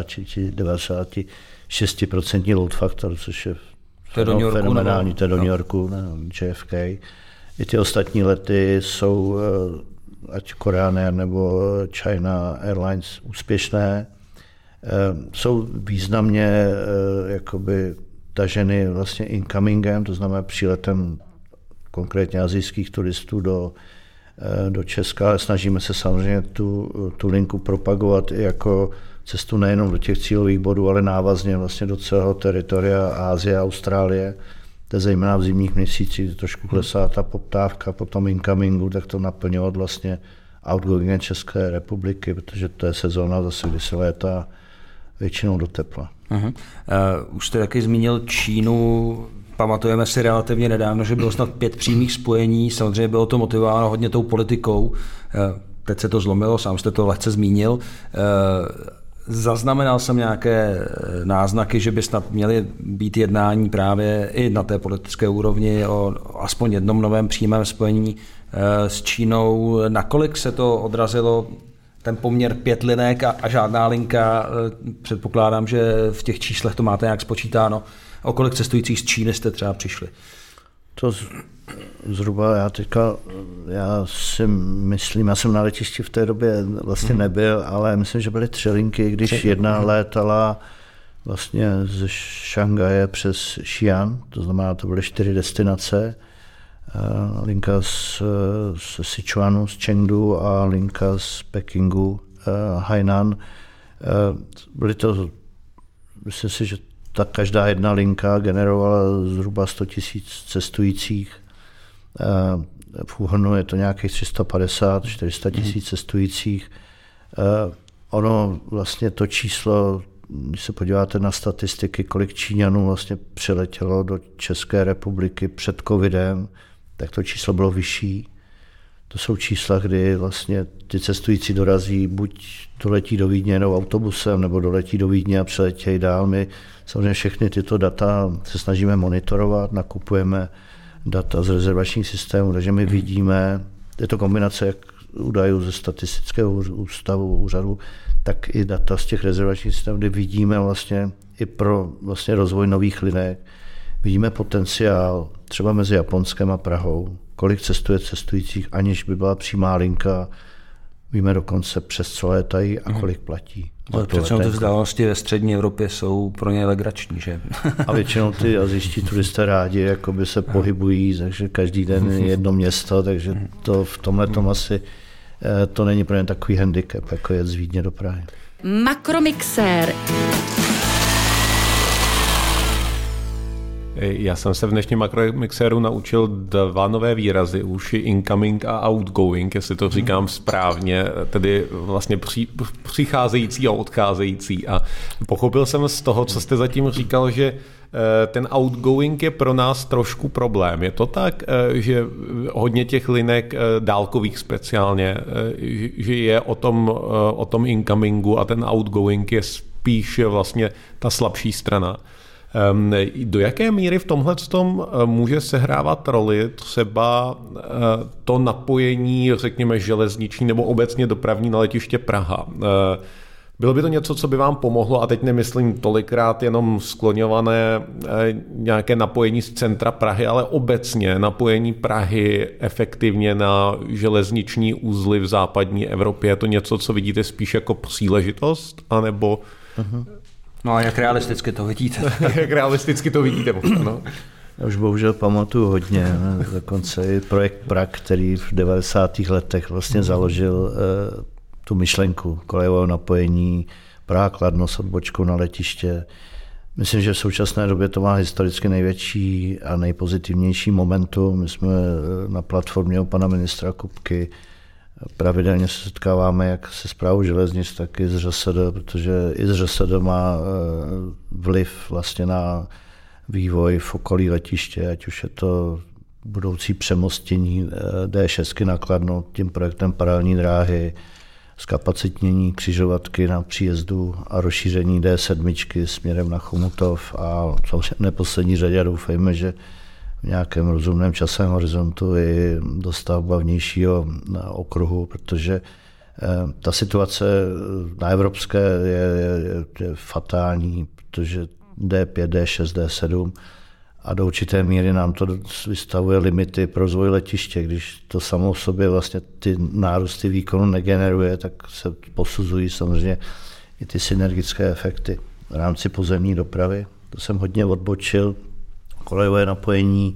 96% load factor, což je fenomenální, to je do New Yorku, JFK. I ty ostatní lety jsou ať Korean Air nebo China Airlines úspěšné, jsou významně jakoby taženy vlastně incomingem, to znamená příletem konkrétně asijských turistů do Česka, ale snažíme se samozřejmě tu linku propagovat i jako cestu nejenom do těch cílových bodů, ale návazně vlastně do celého teritoria Asie a Austrálie. To je zejména v zimních měsících, trošku klesá ta poptávka po tom incomingu, tak to naplňovat vlastně outgoingem České republiky, protože to je sezóna zase, kdy se létá většinou do tepla. Už jste taky zmínil Čínu, pamatujeme si relativně nedávno, že bylo snad 5 přímých spojení, samozřejmě bylo to motivováno hodně tou politikou, teď se to zlomilo, sám jste to lehce zmínil. Zaznamenal jsem nějaké náznaky, že by snad měly být jednání právě i na té politické úrovni o aspoň jednom novém přímém spojení s Čínou. Nakolik se to odrazilo, ten poměr 5 linek a žádná linka? Předpokládám, že v těch číslech to máte nějak spočítáno. O kolik cestujících z Číny jste třeba přišli? To zhruba já si myslím, já jsem na letišti v té době vlastně nebyl, ale myslím, že byly 3 linky, když jedna létala vlastně ze Šanghaje přes Xi'an, to znamená, to byly 4 destinace, linka z Sichuanu, z Chengdu a linka z Pekingu, Hainan. Byly to, myslím si, že ta každá jedna linka generovala zhruba 100 000 cestujících. V úhrnu je to nějakých 350-400 000 cestujících. Ono vlastně to číslo, když se podíváte na statistiky, kolik Číňanů vlastně přiletělo do České republiky před covidem, tak to číslo bylo vyšší. To jsou čísla, kdy vlastně ty cestující dorazí, buď doletí do Vídně jenom autobusem, nebo doletí do Vídně a přiletějí dál. My samozřejmě všechny tyto data se snažíme monitorovat, nakupujeme data z rezervačních systémů, takže my vidíme, je to kombinace jak údajů ze statistického úřadu, tak i data z těch rezervačních systémů, kdy vidíme vlastně i pro vlastně rozvoj nových linek, vidíme potenciál třeba mezi Japonskem a Prahou, kolik cestuje cestujících, aniž by byla přímá linka, víme dokonce přes co létají a kolik platí. Přece ty vzdálenosti ve střední Evropě jsou pro ně legrační, že? A většinou ty asijští turisté rádi jakoby se pohybují, takže každý den jedno město, takže to v tomhletom asi to není pro ně takový handicap, jako jet z Vídně do Prahy. Makromixér. Já jsem se v dnešním makromixéru naučil 2 nové výrazy, už incoming a outgoing, jestli to říkám správně, tedy vlastně přicházející a odcházející. A pochopil jsem z toho, co jste zatím říkal, že ten outgoing je pro nás trošku problém. Je to tak, že hodně těch linek dálkových speciálně, že je o tom incomingu a ten outgoing je spíš vlastně ta slabší strana. Do jaké míry v tomhletom může sehrávat roli třeba to napojení, řekněme, železniční nebo obecně dopravní na letiště Praha? Bylo by to něco, co by vám pomohlo, a teď nemyslím tolikrát jenom skloňované nějaké napojení z centra Prahy, ale obecně napojení Prahy efektivně na železniční uzly v západní Evropě? Je to něco, co vidíte spíš jako příležitost, anebo... No a jak realisticky to vidíte? Jak realisticky to vidíte? No? Já už bohužel pamatuju hodně, dokonce i projekt Prague, který v 90. letech vlastně založil tu myšlenku kolejového napojení Praha-Kladno s odbočkou na letiště. Myslím, že v současné době to má historicky největší a nejpozitivnější momentum. My jsme na platformě u pana ministra Kupky pravidelně se setkáváme jak se správou železnic, tak i s ŘSD, protože i ŘSD má vliv vlastně na vývoj v okolí letiště, ať už je to budoucí přemostění D6 na Kladno tím projektem paralelní dráhy, zkapacitnění křižovatky na příjezdu a rozšíření D7 směrem na Chomutov a samozřejmě v neposlední řadě doufejme, že v nějakém rozumném časovém horizontu i dostavba vnějšího okruhu, protože ta situace na evropské je fatální, protože D5, D6, D7 a do určité míry nám to vystavuje limity pro rozvoj letiště. Když to samo v sobě vlastně ty nárůsty výkonu negeneruje, tak se posuzují samozřejmě i ty synergické efekty v rámci pozemní dopravy. To jsem hodně odbočil, kolejové napojení.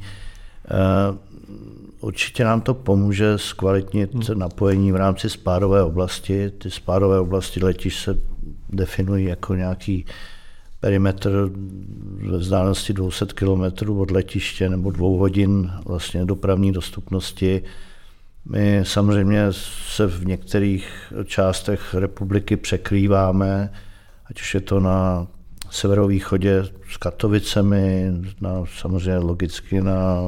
Určitě nám to pomůže zkvalitnit napojení v rámci spádové oblasti. Ty spádové oblasti letišť se definují jako nějaký perimetr ve vzdálenosti 200 km od letiště nebo 2 hodin vlastně dopravní dostupnosti. My samozřejmě se v některých částech republiky překrýváme, ať už je to na severovýchodě s Katovicemi, samozřejmě logicky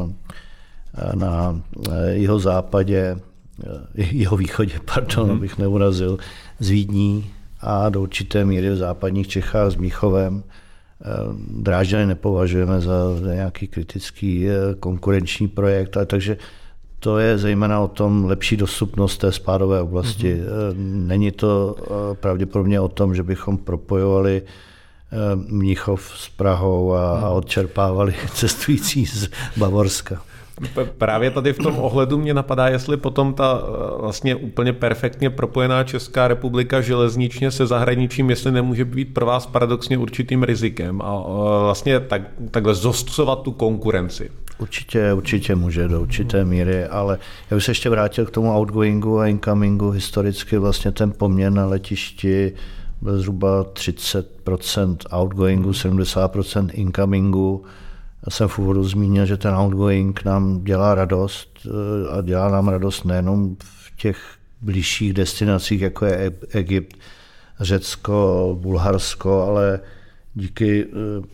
na jihozápadě, jihovýchodě, abych neurazil, z Vídní a do určité míry v západních Čechách s Mnichovem. Drážďany nepovažujeme za nějaký kritický konkurenční projekt, ale takže to je zejména o tom lepší dostupnost té spádové oblasti. Není to pravděpodobně o tom, že bychom propojovali Mnichov s Prahou a odčerpávali cestující z Bavorska. Právě tady v tom ohledu mě napadá, jestli potom ta vlastně úplně perfektně propojená Česká republika železničně se zahraničím, jestli nemůže být pro vás paradoxně určitým rizikem a vlastně takhle zostřovat tu konkurenci. Určitě může do určité míry, ale já bych se ještě vrátil k tomu outgoingu a incomingu. Historicky vlastně ten poměr na letišti byl zhruba 30% outgoingu, 70% incomingu. Já jsem v úvodu zmínil, že ten outgoing nám dělá radost a dělá nám radost nejenom v těch bližších destinacích, jako je Egypt, Řecko, Bulharsko, ale díky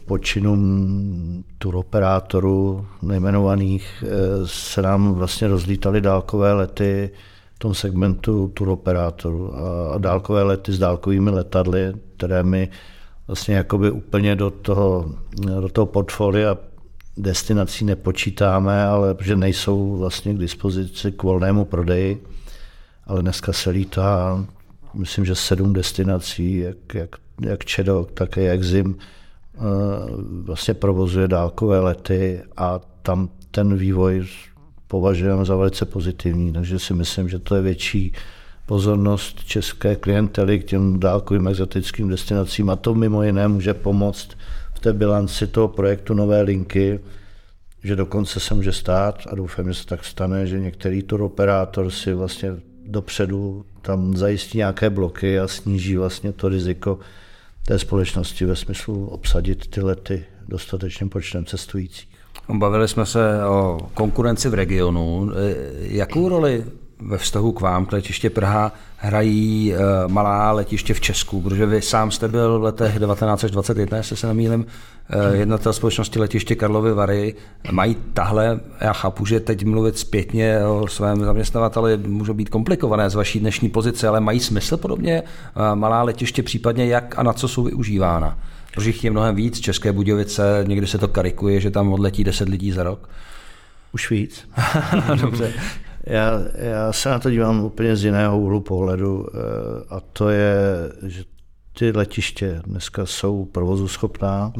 počinům turoperátorů nejmenovaných se nám vlastně rozlítaly dálkové lety v tom segmentu turoperátorů a dálkové lety s dálkovými letadly, které my vlastně jakoby úplně do toho portfolia destinací nepočítáme, ale protože nejsou vlastně k dispozici k volnému prodeji, ale dneska se lítá, myslím, že 7 destinací, jak Čedok, tak i Exim vlastně provozuje dálkové lety a tam ten vývoj považujeme za velice pozitivní, takže si myslím, že to je větší pozornost české klientely k těm dálkovým exotickým destinacím a to mimo jiné může pomoct v té bilanci toho projektu Nové linky, že dokonce se může stát a doufám, že se tak stane, že některý turoperátor si vlastně dopředu tam zajistí nějaké bloky a sníží vlastně to riziko té společnosti ve smyslu obsadit ty lety dostatečným počtem cestujících. Bavili jsme se o konkurenci v regionu. Jakou roli ve vztahu k vám, k letiště Praha, hrají malá letiště v Česku, protože vy sám jste byl v letech 19 až 21, jestli se nemýlím, jednatel společnosti letiště Karlovy Vary. Mají tahle, já chápu, že teď mluvit zpětně o svém zaměstnavateli může být komplikované z vaší dnešní pozice, ale mají smysl podobně malá letiště, případně jak a na co jsou využívána? Protože jich je mnohem víc, České Budějovice, někdy se to karikuje, že tam odletí 10 lidí za rok. Už víc. Dobře. Já se na to dívám úplně z jiného úhlu pohledu a to je, že ty letiště dneska jsou provozuschopná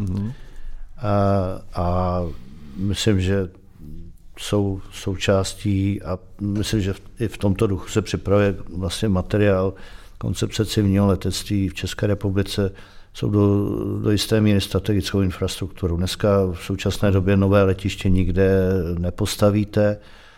a myslím, že jsou součástí a myslím, že i v tomto duchu se připravuje vlastně materiál koncepce civilního letectví v České republice. Jsou do jisté míry strategickou infrastrukturu. Dneska v současné době nové letiště nikde nepostavíte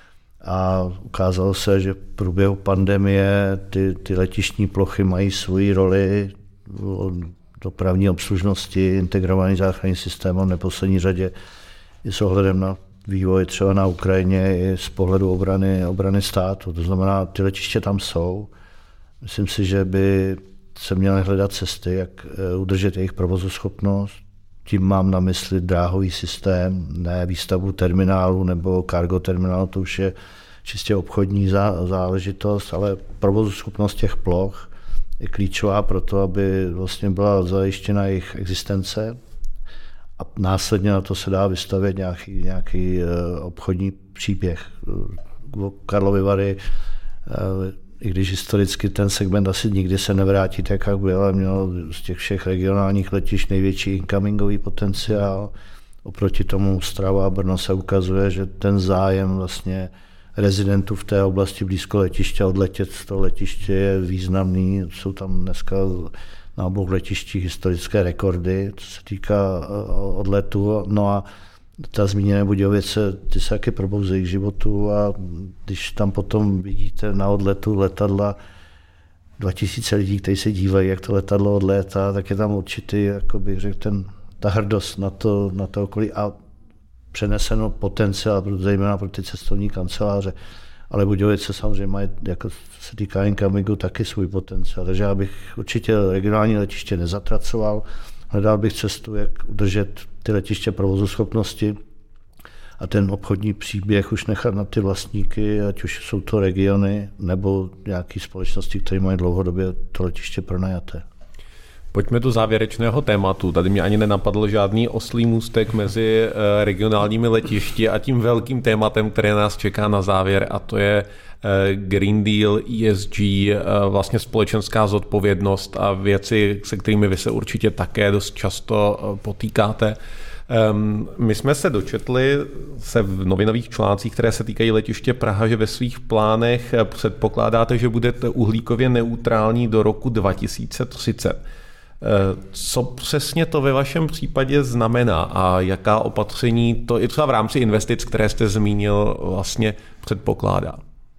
a ukázalo se, že v průběhu pandemie ty letištní plochy mají svoji roli dopravní obslužnosti, integrovaný záchranný systém a v neposlední řadě i s ohledem na vývoj třeba na Ukrajině i z pohledu obrany státu. To znamená, ty letiště tam jsou. Myslím si, že by se měly hledat cesty, jak udržet jejich provozuschopnost. Tím mám na mysli dráhový systém, ne výstavbu terminálu nebo cargo terminálu, to už je čistě obchodní záležitost, ale provozuschopnost těch ploch je klíčová pro to, aby vlastně byla zajištěna jejich existence a následně na to se dá vystavět nějaký obchodní příběh. Karlovy Vary, i když historicky ten segment asi nikdy se nevrátí tak, jak byl, ale měl z těch všech regionálních letišť největší incomingový potenciál. Oproti tomu Ostrava a Brno se ukazuje, že ten zájem vlastně rezidentů v té oblasti blízko letiště odletět z toho letiště je významný. Jsou tam dneska na obou letištích historické rekordy, co se týká odletu. No a ta zmíněné Budějovice, ty se taky probouzejí k životu a když tam potom vidíte na odletu letadla 2000 lidí, kteří se dívají, jak to letadlo odlétá, tak je tam určitý, jako bych řekl, ta hrdost na to okolí a přeneseno potenciál, zejména pro ty cestovní kanceláře. Ale Budějovice samozřejmě mají, jako se týká incomingu, taky svůj potenciál. Takže já bych určitě regionální letiště nezatracoval. Hledal bych cestu, jak udržet ty letiště provozuschopnosti a ten obchodní příběh už nechat na ty vlastníky, ať už jsou to regiony nebo nějaké společnosti, které mají dlouhodobě to letiště pronajaté. Pojďme do závěrečného tématu. Tady mě ani nenapadl žádný oslí můstek mezi regionálními letišti a tím velkým tématem, které nás čeká na závěr, a to je Green Deal, ESG, vlastně společenská zodpovědnost a věci, se kterými vy se určitě také dost často potýkáte. My jsme se dočetli v novinových článcích, které se týkají letiště Praha, že ve svých plánech předpokládáte, že budete uhlíkově neutrální do roku 2030. Co přesně to ve vašem případě znamená a jaká opatření to i třeba v rámci investic, které jste zmínil, vlastně předpokládá?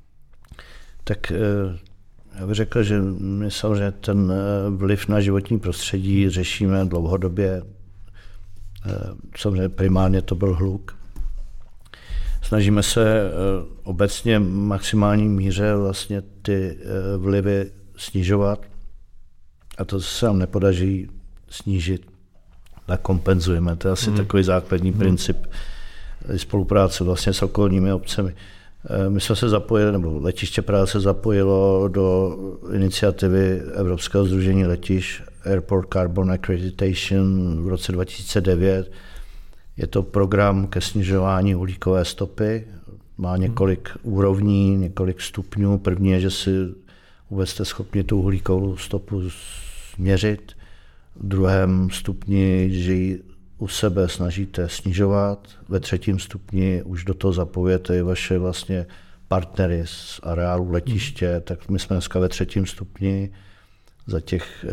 Tak já bych řekl, že my samozřejmě ten vliv na životní prostředí řešíme dlouhodobě. Samozřejmě primárně to byl hluk. Snažíme se obecně v maximální míře vlastně ty vlivy snižovat a to se nám nepodaří snížit, tak kompenzujeme. To je asi takový základní princip spolupráce vlastně s okolními obcemi. My jsme se zapojili, nebo letiště Praha se zapojilo do iniciativy Evropského sdružení letišť Airport Carbon Accreditation v roce 2009. Je to program ke snižování uhlíkové stopy. Má několik úrovní, několik stupňů. První je, že si vůbec jste schopni tu uhlíkovou stopu změřit. V druhém stupni, že ji u sebe snažíte snižovat. Ve třetím stupni už do toho zapojete i vaše vlastně partnery z areálu letiště. Tak my jsme dneska ve třetím stupni. Za těch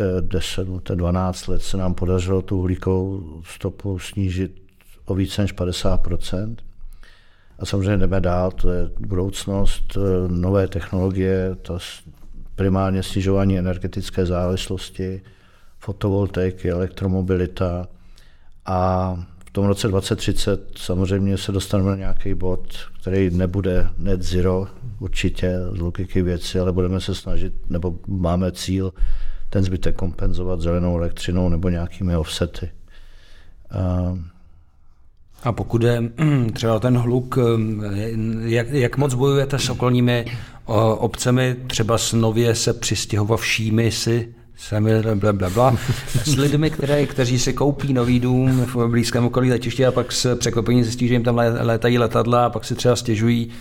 12 let se nám podařilo tu uhlíkovou stopu snížit o více než 50%. A samozřejmě jdeme dál, to je budoucnost, nové technologie, to primárně snižování energetické závislosti, fotovoltaiky, elektromobilita a v tom roce 2030 samozřejmě se dostaneme na nějaký bod, který nebude net zero určitě z logiky věci, ale budeme se snažit, nebo máme cíl ten zbytek kompenzovat zelenou elektřinou nebo nějakými offsety. A pokud je třeba ten hluk, jak moc bojujete s okolními obcemi, třeba s nově se přistěhovavšími blablabla, s lidmi, kteří si koupí nový dům v blízkém okolí letiště a pak s překvapením zjistí, že jim tam létají letadla a pak si třeba stěžují.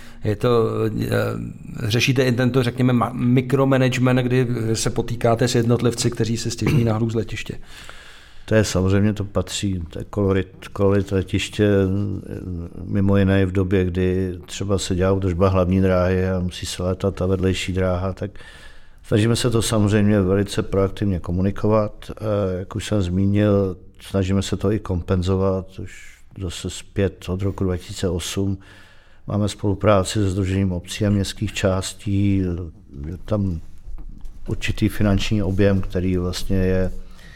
Řešíte i tento, řekněme, mikromanagement, kdy se potýkáte s jednotlivci, kteří se stěžují na hluk z letiště? To je samozřejmě, to patří, to je kolorit letiště, mimo jiné v době, kdy třeba se dělá údržba hlavní dráhy a musí se létat ta vedlejší dráha, tak snažíme se to samozřejmě velice proaktivně komunikovat. Jak už jsem zmínil, snažíme se to i kompenzovat, už zase zpět od roku 2008. Máme spolupráci se Sdružením obcí a městských částí, je tam určitý finanční objem, který vlastně je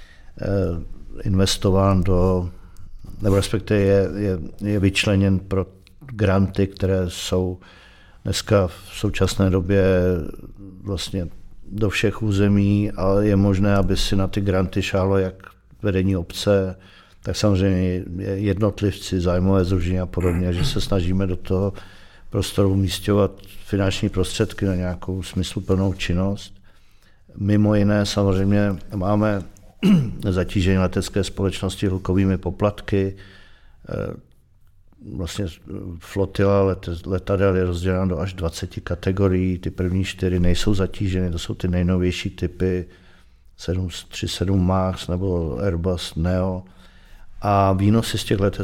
investován nebo respektive je vyčleněn pro granty, které jsou dneska v současné době vlastně do všech území, ale je možné, aby si na ty granty šálo jak vedení obce, tak samozřejmě jednotlivci, zájmové sdružení a podobně, že se snažíme do toho prostoru umísťovat finanční prostředky na nějakou smysluplnou činnost. Mimo jiné samozřejmě máme zatížení letecké společnosti hlukovými poplatky. Vlastně flotila letadel je rozdělena do až 20 kategorií. Ty první 4 nejsou zatíženy, to jsou ty nejnovější typy 737 MAX nebo Airbus Neo. A výnosy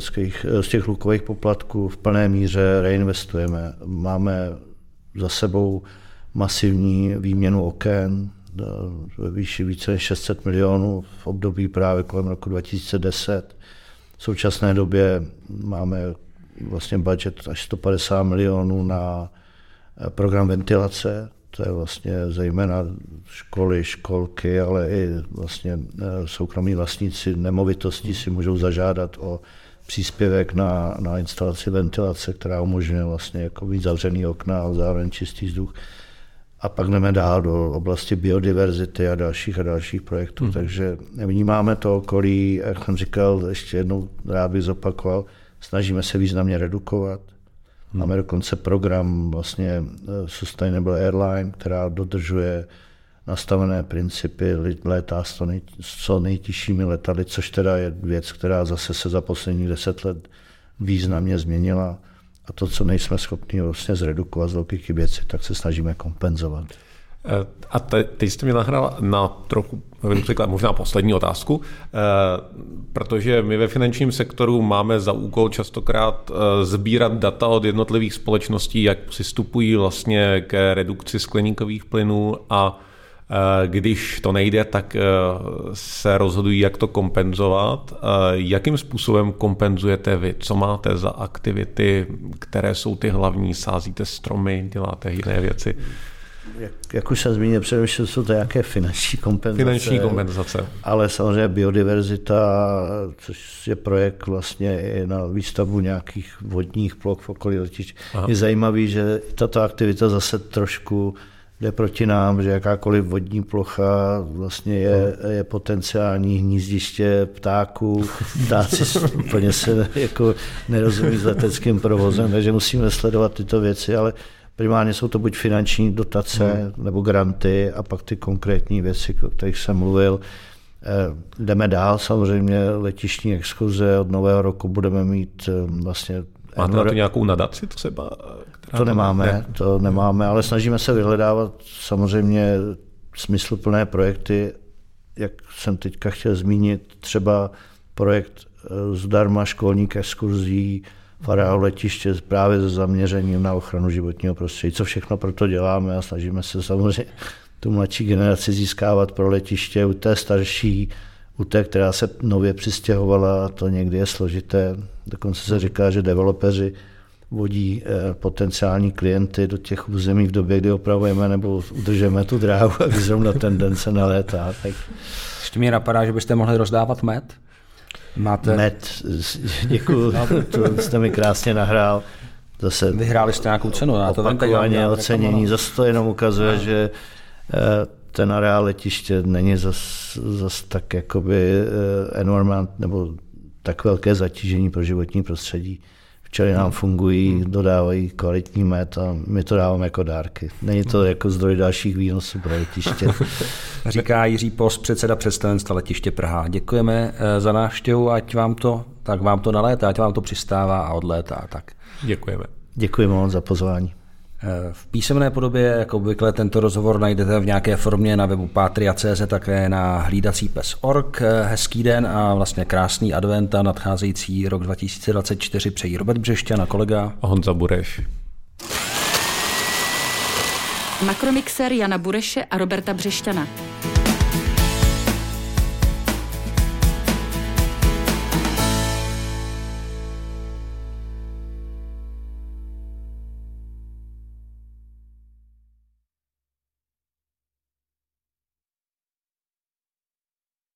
z těch hlukových poplatků v plné míře reinvestujeme. Máme za sebou masivní výměnu oken ve výši více než 600 milionů v období právě kolem roku 2010. V současné době máme vlastně budget až 150 milionů na program ventilace. To je vlastně zejména školy, školky, ale i vlastně soukromí vlastníci nemovitostí si můžou zažádat o příspěvek na instalaci ventilace, která umožňuje vlastně jako mít zavřený okna a zároveň čistý vzduch. A pak jdeme dál do oblasti biodiverzity a dalších projektů. Takže vnímáme to okolí, jak jsem říkal, ještě jednou rád bych zopakoval, snažíme se významně redukovat. Máme dokonce program vlastně Sustainable Airline, která dodržuje nastavené principy, létá s co nejtižšími letadly, což teda je věc, která zase se za posledních 10 let významně změnila. A to, co nejsme schopni vlastně zredukovat z logiky věci, tak se snažíme kompenzovat. A teď jste mě nahrál na trochu, možná poslední otázku, protože my ve finančním sektoru máme za úkol častokrát sbírat data od jednotlivých společností, jak přistupují vlastně k redukci skleníkových plynů a když to nejde, tak se rozhodují, jak to kompenzovat. Jakým způsobem kompenzujete vy? Co máte za aktivity, které jsou ty hlavní? Sázíte stromy, děláte jiné věci? Jak už jsem zmínil, především jsou to nějaké finanční kompenzace. Ale samozřejmě biodiverzita, což je projekt vlastně i na výstavbu nějakých vodních ploch v okolí letišť. Je zajímavý, že tato aktivita zase trošku jde proti nám, že jakákoliv vodní plocha vlastně je potenciální hnízdiště ptáků. Ptáci úplně se jako nerozumí s leteckým provozem, takže musíme sledovat tyto věci, ale primárně jsou to buď finanční dotace nebo granty a pak ty konkrétní věci, o kterých jsem mluvil. Jdeme dál, samozřejmě letištní exkurze, od nového roku budeme mít vlastně... Máte na to nějakou nadaci třeba? To nemáme, ale snažíme se vyhledávat samozřejmě smysluplné projekty, jak jsem teďka chtěl zmínit, třeba projekt zdarma školních exkurzí v areálu letiště právě se zaměřením na ochranu životního prostředí. Co všechno pro to děláme a snažíme se samozřejmě tu mladší generaci získávat pro letiště, u té starší, u té, která se nově přistěhovala, to někdy je složité. Dokonce se říká, že developeři vodí potenciální klienty do těch území v době, kdy opravujeme nebo udržeme tu dráhu a zrovna tendence na léta. Tak. Ještě mě napadá, že byste mohli rozdávat med? Máte... Med, děkuju, to jste mi krásně nahrál. Zase vyhráli jste nějakou cenu. Opakovaně ocenění. Zase to jenom ukazuje, že ten areál letiště není zas tak jakoby environment nebo tak velké zatížení pro životní prostředí. Včely nám fungují, dodávají kvalitní med a my to dáváme jako dárky. Není to jako zdroj dalších výnosů pro letiště. Říká Jiří Pos, předseda představenstva letiště Praha. Děkujeme za návštěvu, ať vám to nalétá, ať vám to přistává a odlétá. Tak. Děkujeme. Děkuji moc za pozvání. V písemné podobě, jako obvykle, tento rozhovor najdete v nějaké formě na webu patria.cz, také na hlídací.pes.org. Hezký den a vlastně krásný advent a nadcházející rok 2024 přejí Robert Břešťan a kolega Honza Bureš. Makromixer Jana Bureše a Roberta Břešťana.